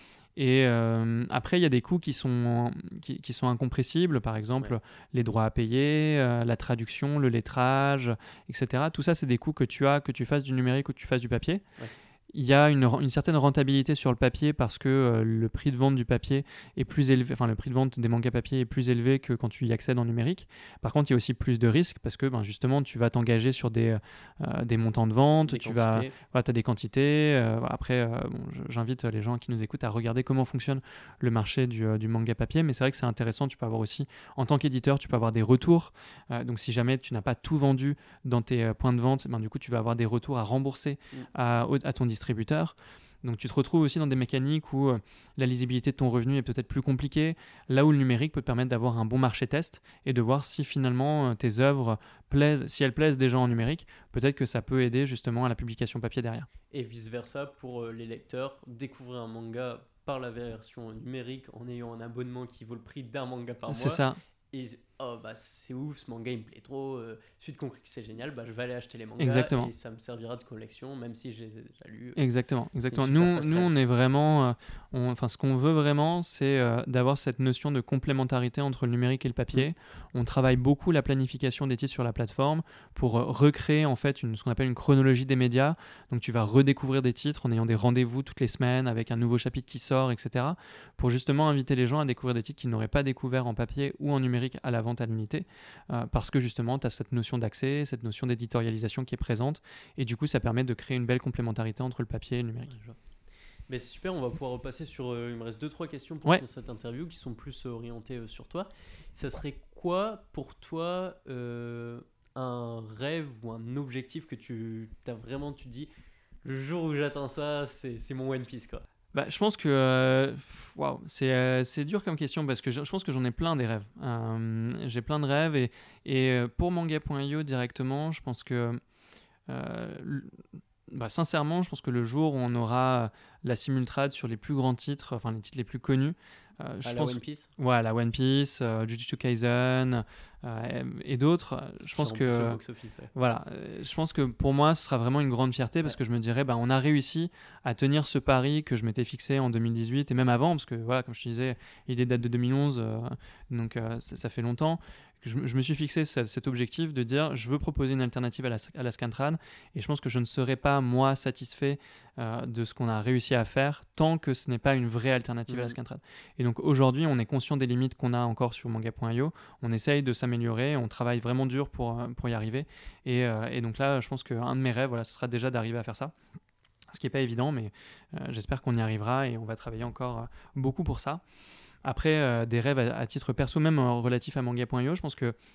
Et euh, après, il y a des coûts qui sont, qui, qui sont incompressibles, par exemple Ouais. les droits à payer, euh, la traduction, le lettrage, et cetera. Tout ça, c'est des coûts que tu as, que tu fasses du numérique ou que tu fasses du papier. Ouais. Il y a une, une certaine rentabilité sur le papier parce que euh, le prix de vente du papier est plus élevé, enfin le prix de vente des mangas papier est plus élevé que quand tu y accèdes en numérique. Par contre, il y a aussi plus de risques parce que ben, justement, tu vas t'engager sur des, euh, des montants de vente, Des tu vas, quantités. voilà, tu as des quantités. euh, après, euh, bon, je- j'invite les gens qui nous écoutent à regarder comment fonctionne le marché du, euh, du manga papier, mais c'est vrai que c'est intéressant. Tu peux avoir aussi, en tant qu'éditeur, tu peux avoir des retours. Euh, donc, si jamais tu n'as pas tout vendu dans tes euh, points de vente, ben, du coup, tu vas avoir des retours à rembourser Mm. à, au- à ton distributeur. Donc tu te retrouves aussi dans des mécaniques où euh, la lisibilité de ton revenu est peut-être plus compliquée, là où le numérique peut te permettre d'avoir un bon marché test et de voir si finalement euh, tes œuvres plaisent, si elles plaisent déjà en numérique, peut-être que ça peut aider justement à la publication papier derrière. Et vice-versa pour euh, les lecteurs, découvrir un manga par la version numérique en ayant un abonnement qui vaut le prix d'un manga par mois. C'est ça. Et oh bah c'est ouf, ce manga il me plaît trop, euh, suite compris que c'est génial, bah je vais aller acheter les mangas. Exactement. Et ça me servira de collection, même si je les ai déjà lus. Exactement, exactement. Nous, nous, on est vraiment, euh, on, enfin, ce qu'on veut vraiment, c'est euh, d'avoir cette notion de complémentarité entre le numérique et le papier. Mmh. On travaille beaucoup la planification des titres sur la plateforme pour euh, recréer en fait une, ce qu'on appelle une chronologie des médias. Donc, tu vas redécouvrir des titres en ayant des rendez-vous toutes les semaines avec un nouveau chapitre qui sort, et cetera. Pour justement inviter les gens à découvrir des titres qu'ils n'auraient pas découverts en papier ou en numérique à la vente à l'unité, euh, parce que justement, tu as cette notion d'accès, cette notion d'éditorialisation qui est présente, et du coup, ça permet de créer une belle complémentarité entre le papier et le numérique. Ouais, mais c'est super, on va pouvoir repasser sur... Euh, il me reste deux trois questions pour ouais. cette interview qui sont plus orientées euh, sur toi. Ça serait quoi pour toi euh, un rêve ou un objectif que tu as vraiment, tu dis, le jour où j'atteins ça, c'est, c'est mon One Piece, quoi. Bah, je pense que euh, wow, c'est, euh, c'est dur comme question parce que je, je pense que j'en ai plein des rêves. Euh, j'ai plein de rêves et, et pour manga point i o directement, je pense que euh, bah, sincèrement, je pense que le jour où on aura la simultrade sur les plus grands titres, enfin les titres les plus connus, euh, je à pense, la One Piece. Ouais, la One Piece, euh, Jujutsu Kaisen euh, et, et d'autres. Je pense que box-office, ouais. voilà, euh, je pense que pour moi, ce sera vraiment une grande fierté parce ouais. que je me dirais, bah, on a réussi à tenir ce pari que je m'étais fixé en deux mille dix-huit et même avant, parce que voilà, comme je te disais, il date de deux mille onze, euh, donc euh, ça, ça fait longtemps. Je, je me suis fixé cet, cet objectif de dire je veux proposer une alternative à la, à la Scantrad et je pense que je ne serai pas moi satisfait euh, de ce qu'on a réussi à faire tant que ce n'est pas une vraie alternative mmh. à la Scantrad. Et donc aujourd'hui on est conscient des limites qu'on a encore sur manga point i o, on essaye de s'améliorer, on travaille vraiment dur pour, pour y arriver et, euh, et donc là je pense qu'un de mes rêves voilà, ce sera déjà d'arriver à faire ça, ce qui n'est pas évident mais euh, j'espère qu'on y arrivera et on va travailler encore euh, beaucoup pour ça. Après, euh, des rêves à, à titre perso, même euh, relatifs à manga point i o, je pense que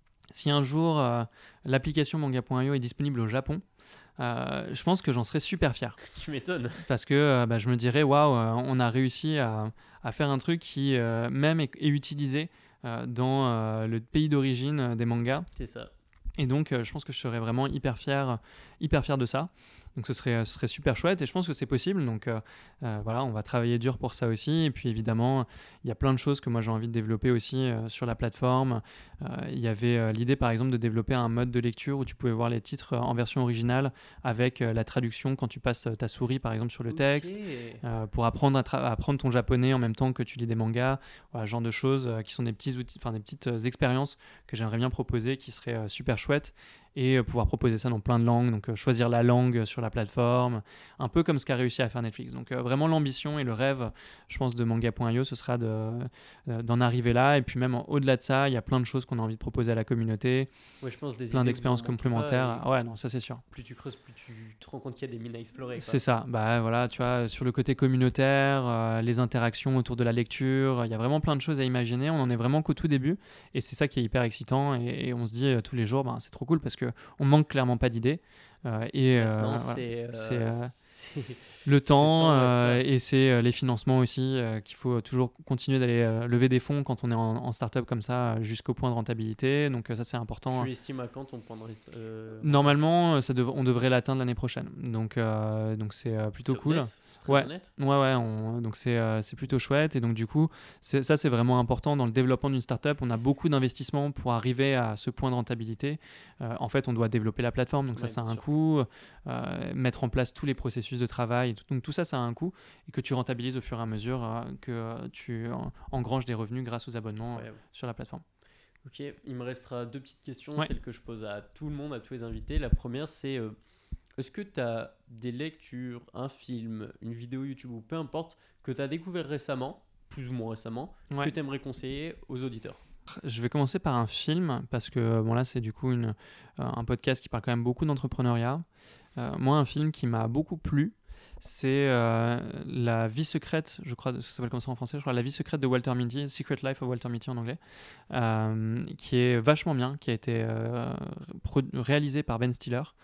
si un jour euh, l'application manga point i o est disponible au Japon, euh, je pense que j'en serais super fier. Tu m'étonnes. Parce que euh, bah, je me dirais, waouh, euh, on a réussi à, à faire un truc qui euh, même est, est utilisé euh, dans euh, le pays d'origine des mangas. C'est ça. Et donc, euh, je pense que je serais vraiment hyper fier, hyper fier de ça. Donc ce serait, ce serait super chouette et je pense que c'est possible. Donc euh, euh, voilà, on va travailler dur pour ça aussi. Et puis évidemment, il y a plein de choses que moi j'ai envie de développer aussi euh, sur la plateforme. Euh, il y avait euh, l'idée par exemple de développer un mode de lecture où tu pouvais voir les titres en version originale avec euh, la traduction quand tu passes ta souris par exemple sur le texte, okay. euh, pour apprendre à, tra- à apprendre ton japonais en même temps que tu lis des mangas. Voilà, genre de choses euh, qui sont des petits outils, enfin des petites euh, expériences que j'aimerais bien proposer qui seraient euh, super chouettes. Et pouvoir proposer ça dans plein de langues, donc euh, choisir la langue sur la plateforme, un peu comme ce qu'a réussi à faire Netflix. Donc euh, vraiment l'ambition et le rêve, je pense, de manga point i o, ce sera de, euh, d'en arriver là. Et puis même au-delà de ça, il y a plein de choses qu'on a envie de proposer à la communauté, ouais, je pense des plein d'expériences complémentaires. Pas, ouais, non, ça c'est sûr. Plus tu creuses, plus tu te rends compte qu'il y a des mines à explorer. Quoi. C'est ça. Bah voilà, tu vois, sur le côté communautaire, euh, les interactions autour de la lecture, il y a vraiment plein de choses à imaginer. On en est vraiment qu'au tout début, et c'est ça qui est hyper excitant. Et, et on se dit euh, tous les jours, bah, c'est trop cool parce que on manque clairement pas d'idées euh, et euh, c'est, voilà. euh, c'est, euh, c'est le temps, temps euh, et c'est euh, les financements aussi euh, qu'il faut toujours continuer d'aller euh, lever des fonds quand on est en, en start-up comme ça jusqu'au point de rentabilité, donc euh, ça c'est important. Tu estimes à quand ton point de rentabilité euh... Normalement ça dev- on devrait l'atteindre l'année prochaine, donc, euh, donc c'est euh, plutôt c'est cool honnête, c'est très ouais. honnête. ouais ouais on, donc c'est, euh, c'est plutôt chouette et donc du coup c'est, ça c'est vraiment important dans le développement d'une start-up. On a beaucoup d'investissements pour arriver à ce point de rentabilité. Euh, en fait on doit développer la plateforme, donc ça ouais, ça a un sûr. coût, euh, mettre en place tous les processus de travail, tout, donc tout ça ça a un coût et que tu rentabilises au fur et à mesure euh, que euh, tu en, engranges des revenus grâce aux abonnements ouais, ouais. sur la plateforme. Ok, il me restera deux petites questions, ouais. celles que je pose à tout le monde, à tous les invités. La première c'est euh, est-ce que tu as des lectures, un film, une vidéo YouTube ou peu importe que tu as découvert récemment, plus ou moins récemment, ouais. que tu aimerais conseiller aux auditeurs? Je vais commencer par un film parce que bon là c'est du coup une, euh, un podcast qui parle quand même beaucoup d'entrepreneuriat. Euh, moi un film qui m'a beaucoup plu, c'est euh, La vie secrète, je crois, ça s'appelle comme ça en français, je crois, La vie secrète de Walter Mitty, Secret Life of Walter Mitty en anglais, euh, qui est vachement bien, qui a été euh, pro- réalisé par Ben Stiller.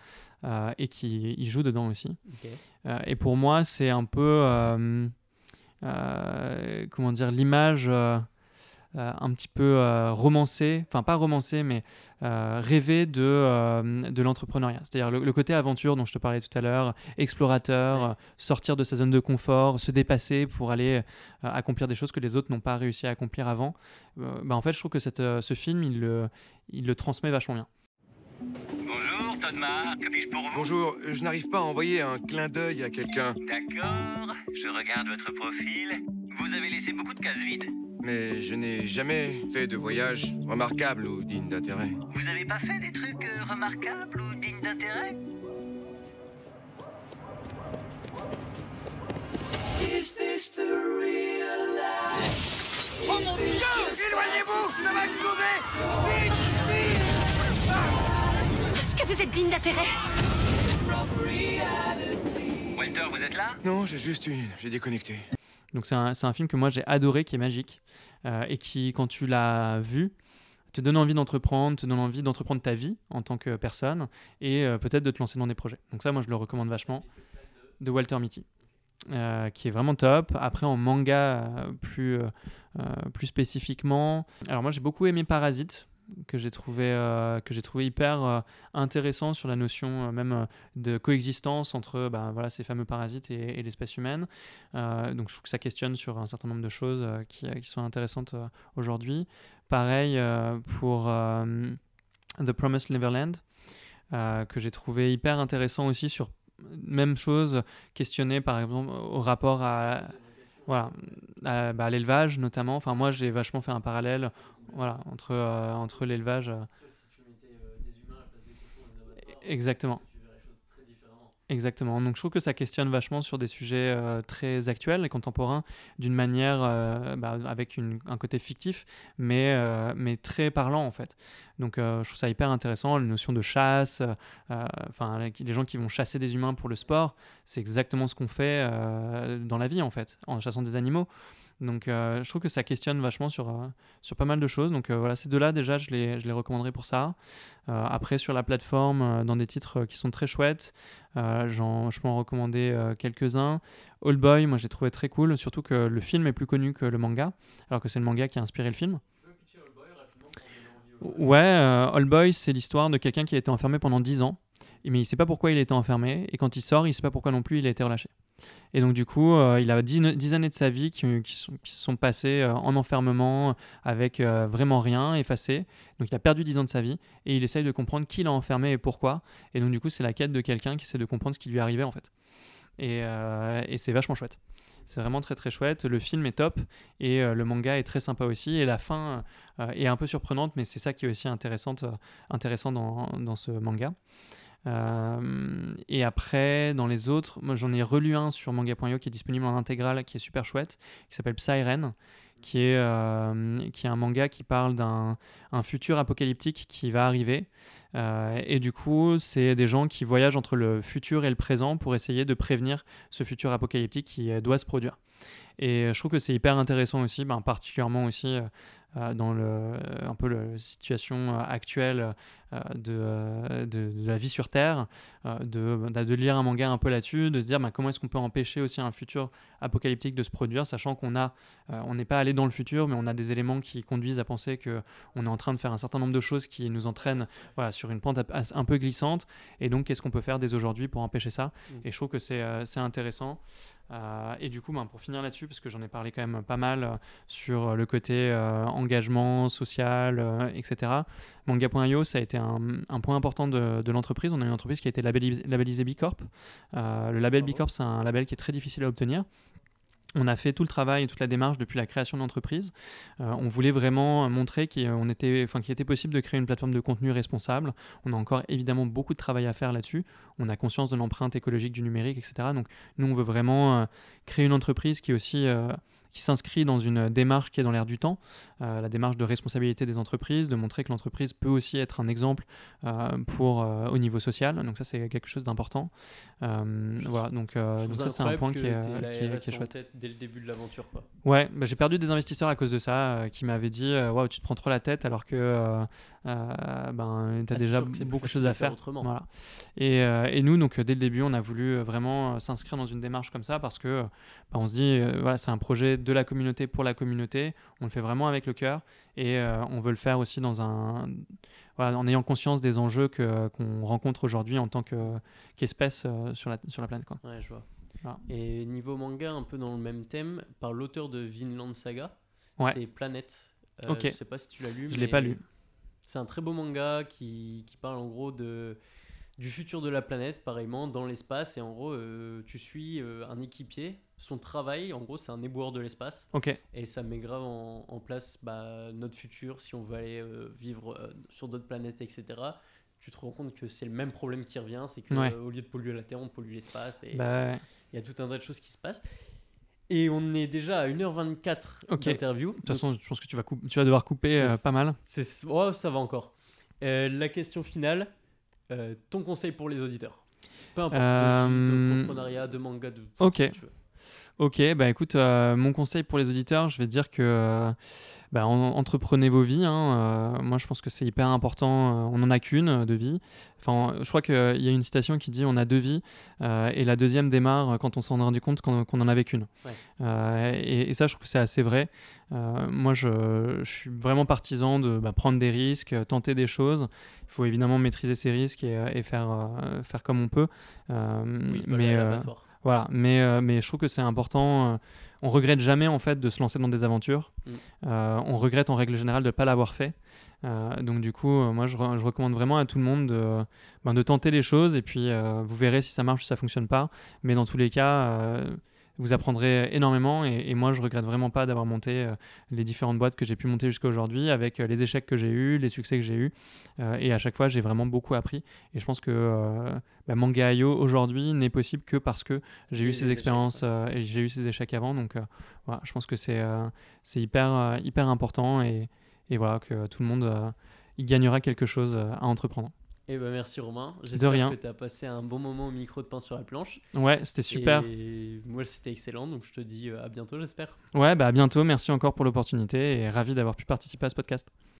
euh, et qui il joue dedans aussi. Ok. Euh, et pour moi, c'est un peu, euh, euh, comment dire, l'image euh, euh, un petit peu euh, romancée, enfin pas romancée, mais euh, rêvée de, euh, de l'entrepreneuriat. C'est-à-dire le, le côté aventure dont je te parlais tout à l'heure, explorateur, Ouais. euh, sortir de sa zone de confort, se dépasser pour aller euh, accomplir des choses que les autres n'ont pas réussi à accomplir avant. Euh, bah, en fait, je trouve que cette, euh, ce film, il le, il le transmet vachement bien. Bonjour, Todmar, que puis-je pour vous? Bonjour, je n'arrive pas à envoyer un clin d'œil à quelqu'un, D'accord, je regarde votre profil. Vous avez laissé beaucoup de cases vides. mais je n'ai jamais fait de voyage remarquable ou digne d'intérêt. Vous avez pas fait des trucs euh, remarquables ou dignes d'intérêt? Oh mon Dieu! Éloignez-vous! Ça va exploser! Vite! Vite! Est-ce que vous êtes digne d'intérêt? Walter, vous êtes là? Non, j'ai juste une... J'ai déconnecté. Donc c'est un, c'est un film que moi j'ai adoré, qui est magique, euh, et qui, quand tu l'as vu, te donne envie d'entreprendre, te donne envie d'entreprendre ta vie en tant que personne, et euh, peut-être de te lancer dans des projets. Donc ça, moi je le recommande vachement, de Walter Mitty, euh, qui est vraiment top. Après, en manga, euh, plus, euh, euh, plus spécifiquement, alors moi j'ai beaucoup aimé Parasite, que j'ai trouvé, euh, que j'ai trouvé hyper euh, intéressant sur la notion euh, même euh, de coexistence entre bah, voilà, ces fameux parasites et, et l'espèce humaine. Euh, donc je trouve que ça questionne sur un certain nombre de choses euh, qui, qui sont intéressantes euh, aujourd'hui. Pareil euh, pour euh, The Promised Neverland, euh, que j'ai trouvé hyper intéressant aussi sur même chose, questionné par exemple au rapport à... Voilà, à, bah, à l'élevage notamment. Enfin, moi, j'ai vachement fait un parallèle, voilà, entre euh, entre l'élevage. euh, Exactement. Exactement. Donc, je trouve que ça questionne vachement sur des sujets euh, très actuels et contemporains, d'une manière euh, bah, avec une, un côté fictif, mais euh, mais très parlant en fait. Donc, euh, je trouve ça hyper intéressant. La notion de chasse, euh, enfin, les gens qui vont chasser des humains pour le sport, c'est exactement ce qu'on fait euh, dans la vie en fait, en chassant des animaux. Donc, euh, je trouve que ça questionne vachement sur, euh, sur pas mal de choses. Donc, euh, voilà, ces deux-là, déjà, je les, je les recommanderais pour ça. Euh, après, sur la plateforme, euh, dans des titres euh, qui sont très chouettes, euh, j'en, je peux en recommander euh, quelques-uns. All Boy, moi, j'ai trouvé très cool, surtout que le film est plus connu que le manga, alors que c'est le manga qui a inspiré le film. Ouais, euh, All Boy, c'est l'histoire de quelqu'un qui a été enfermé pendant dix ans, mais il ne sait pas pourquoi il a été enfermé, et quand il sort, il ne sait pas pourquoi non plus il a été relâché. Et donc du coup, euh, il a dix années de sa vie qui, qui, sont, qui se sont passées euh, en enfermement, avec euh, vraiment rien, effacé. Donc il a perdu dix ans de sa vie, et il essaye de comprendre qui l'a enfermé et pourquoi. Et donc du coup, c'est la quête de quelqu'un qui essaie de comprendre ce qui lui est arrivé en fait. Et, euh, et c'est vachement chouette. C'est vraiment très très chouette. Le film est top, et euh, le manga est très sympa aussi. Et la fin euh, est un peu surprenante, mais c'est ça qui est aussi intéressante, euh, intéressant dans, dans ce manga. Euh, et après, dans les autres, moi j'en ai relu un sur manga point io qui est disponible en intégrale, qui est super chouette, qui s'appelle Psyren, qui est, euh, qui est un manga qui parle d'un un futur apocalyptique qui va arriver. Euh, et du coup, c'est des gens qui voyagent entre le futur et le présent pour essayer de prévenir ce futur apocalyptique qui euh, doit se produire. Et je trouve que c'est hyper intéressant aussi, ben, particulièrement aussi euh, dans le, un peu la situation actuelle euh, de, euh, de, de la vie sur Terre, euh, de, de lire un manga un peu là-dessus, de se dire ben, comment est-ce qu'on peut empêcher aussi un futur apocalyptique de se produire, sachant qu'on a, euh, on n'est pas allé dans le futur, mais on a des éléments qui conduisent à penser qu'on est en train de faire un certain nombre de choses qui nous entraînent voilà, sur une pente un peu glissante, et donc qu'est-ce qu'on peut faire dès aujourd'hui pour empêcher ça. Mmh. Et je trouve que c'est, euh, c'est intéressant. Euh, et du coup, ben, pour finir là-dessus, parce que j'en ai parlé quand même pas mal euh, sur le côté euh, engagement social, euh, et cetera. Manga point io, ça a été un, un point important de, de l'entreprise. On a une entreprise qui a été labellisée, labellisée B Corp. Euh, le label B Corp, c'est un label qui est très difficile à obtenir. On a fait tout le travail et toute la démarche depuis la création de l'entreprise. Euh, on voulait vraiment montrer qu'il, était, enfin, qu'il était possible de créer une plateforme de contenu responsable. On a encore évidemment beaucoup de travail à faire là-dessus. On a conscience de l'empreinte écologique du numérique, et cetera. Donc nous, on veut vraiment euh, créer une entreprise qui est aussi, euh, qui s'inscrit dans une démarche qui est dans l'air du temps, euh, la démarche de responsabilité des entreprises, de montrer que l'entreprise peut aussi être un exemple euh, pour, euh, au niveau social. Donc ça, c'est quelque chose d'important. Euh, voilà, donc, euh, donc ça, c'est un point qui est, qui, est, qui est chouette. Dès le début de l'aventure, quoi. Ouais, bah, j'ai perdu des investisseurs à cause de ça, euh, qui m'avaient dit euh, waouh, tu te prends trop la tête alors que euh, euh, ben, tu as Ah, déjà beaucoup de choses à faire. Autrement. Voilà. Et, euh, et nous, donc, dès le début, on a voulu vraiment s'inscrire dans une démarche comme ça parce que bah, on se dit euh, voilà, c'est un projet de la communauté pour la communauté, on le fait vraiment avec le cœur et euh, on veut le faire aussi dans un, voilà, en ayant conscience des enjeux que, qu'on rencontre aujourd'hui en tant que, qu'espèce euh, sur, la, sur la planète, quoi. Ouais, je vois. Voilà. Et niveau manga, un peu dans le même thème, par l'auteur de Vinland Saga, ouais. c'est Planète. Euh, ok. Je sais pas si tu l'as lu. Je l'ai pas lu. C'est un très beau manga qui, qui parle en gros de, du futur de la planète, pareillement, dans l'espace. Et en gros, euh, tu suis euh, un équipier. Son travail, en gros, c'est un éboueur de l'espace. Ok. Et ça met grave en, en place bah, notre futur, si on veut aller euh, vivre euh, sur d'autres planètes, et cetera. Tu te rends compte que c'est le même problème qui revient. C'est qu'au ouais. euh, lieu de polluer la Terre, on pollue l'espace. Et bah... il y a tout un tas de choses qui se passent. Et on est déjà à une heure vingt-quatre okay. d'interview. De toute façon, je pense que tu vas, coup- tu vas devoir couper euh, pas mal. C'est... Oh, ça va encore. Euh, la question finale, euh, ton conseil pour les auditeurs. Peu importe, euh... de vie, d'entrepreneuriat, de manga, de... Ok. Si tu veux. Ok, bah écoute, euh, mon conseil pour les auditeurs, je vais dire que euh, bah, en, entreprenez vos vies. Hein, euh, moi, je pense que c'est hyper important. Euh, on n'en a qu'une euh, de vie. Enfin, je crois qu'il y a une citation qui dit on a deux vies euh, et la deuxième démarre quand on s'en est rendu compte qu'on, qu'on en avait qu'une. Ouais. Euh, et, et ça, je trouve que c'est assez vrai. Euh, moi, je, je suis vraiment partisan de bah, prendre des risques, tenter des choses. Il faut évidemment maîtriser ces risques et, et faire, euh, faire comme on peut. Euh, oui, mais euh, Voilà, mais, euh, mais je trouve que c'est important. Euh, on regrette jamais en fait de se lancer dans des aventures. Mm. Euh, on regrette en règle générale de ne pas l'avoir fait. Euh, donc du coup, euh, moi je, re- je recommande vraiment à tout le monde de, ben, de tenter les choses et puis euh, vous verrez si ça marche ou si ça fonctionne pas. Mais dans tous les cas, euh, vous apprendrez énormément et, et moi je regrette vraiment pas d'avoir monté euh, les différentes boîtes que j'ai pu monter jusqu'à aujourd'hui avec euh, les échecs que j'ai eus, les succès que j'ai eus euh, et à chaque fois j'ai vraiment beaucoup appris et je pense que euh, bah, Manga point i o aujourd'hui n'est possible que parce que j'ai et eu ces expériences échecs, ouais. euh, et j'ai eu ces échecs avant donc euh, voilà, je pense que c'est, euh, c'est hyper, euh, hyper important et, et voilà que tout le monde euh, y gagnera quelque chose euh, à entreprendre. Eh ben merci Romain, j'espère de rien. que tu as passé un bon moment au micro de Pain sur la planche. Ouais, c'était super. Et moi c'était excellent, donc je te dis à bientôt j'espère. Ouais, bah à bientôt, merci encore pour l'opportunité et ravi d'avoir pu participer à ce podcast.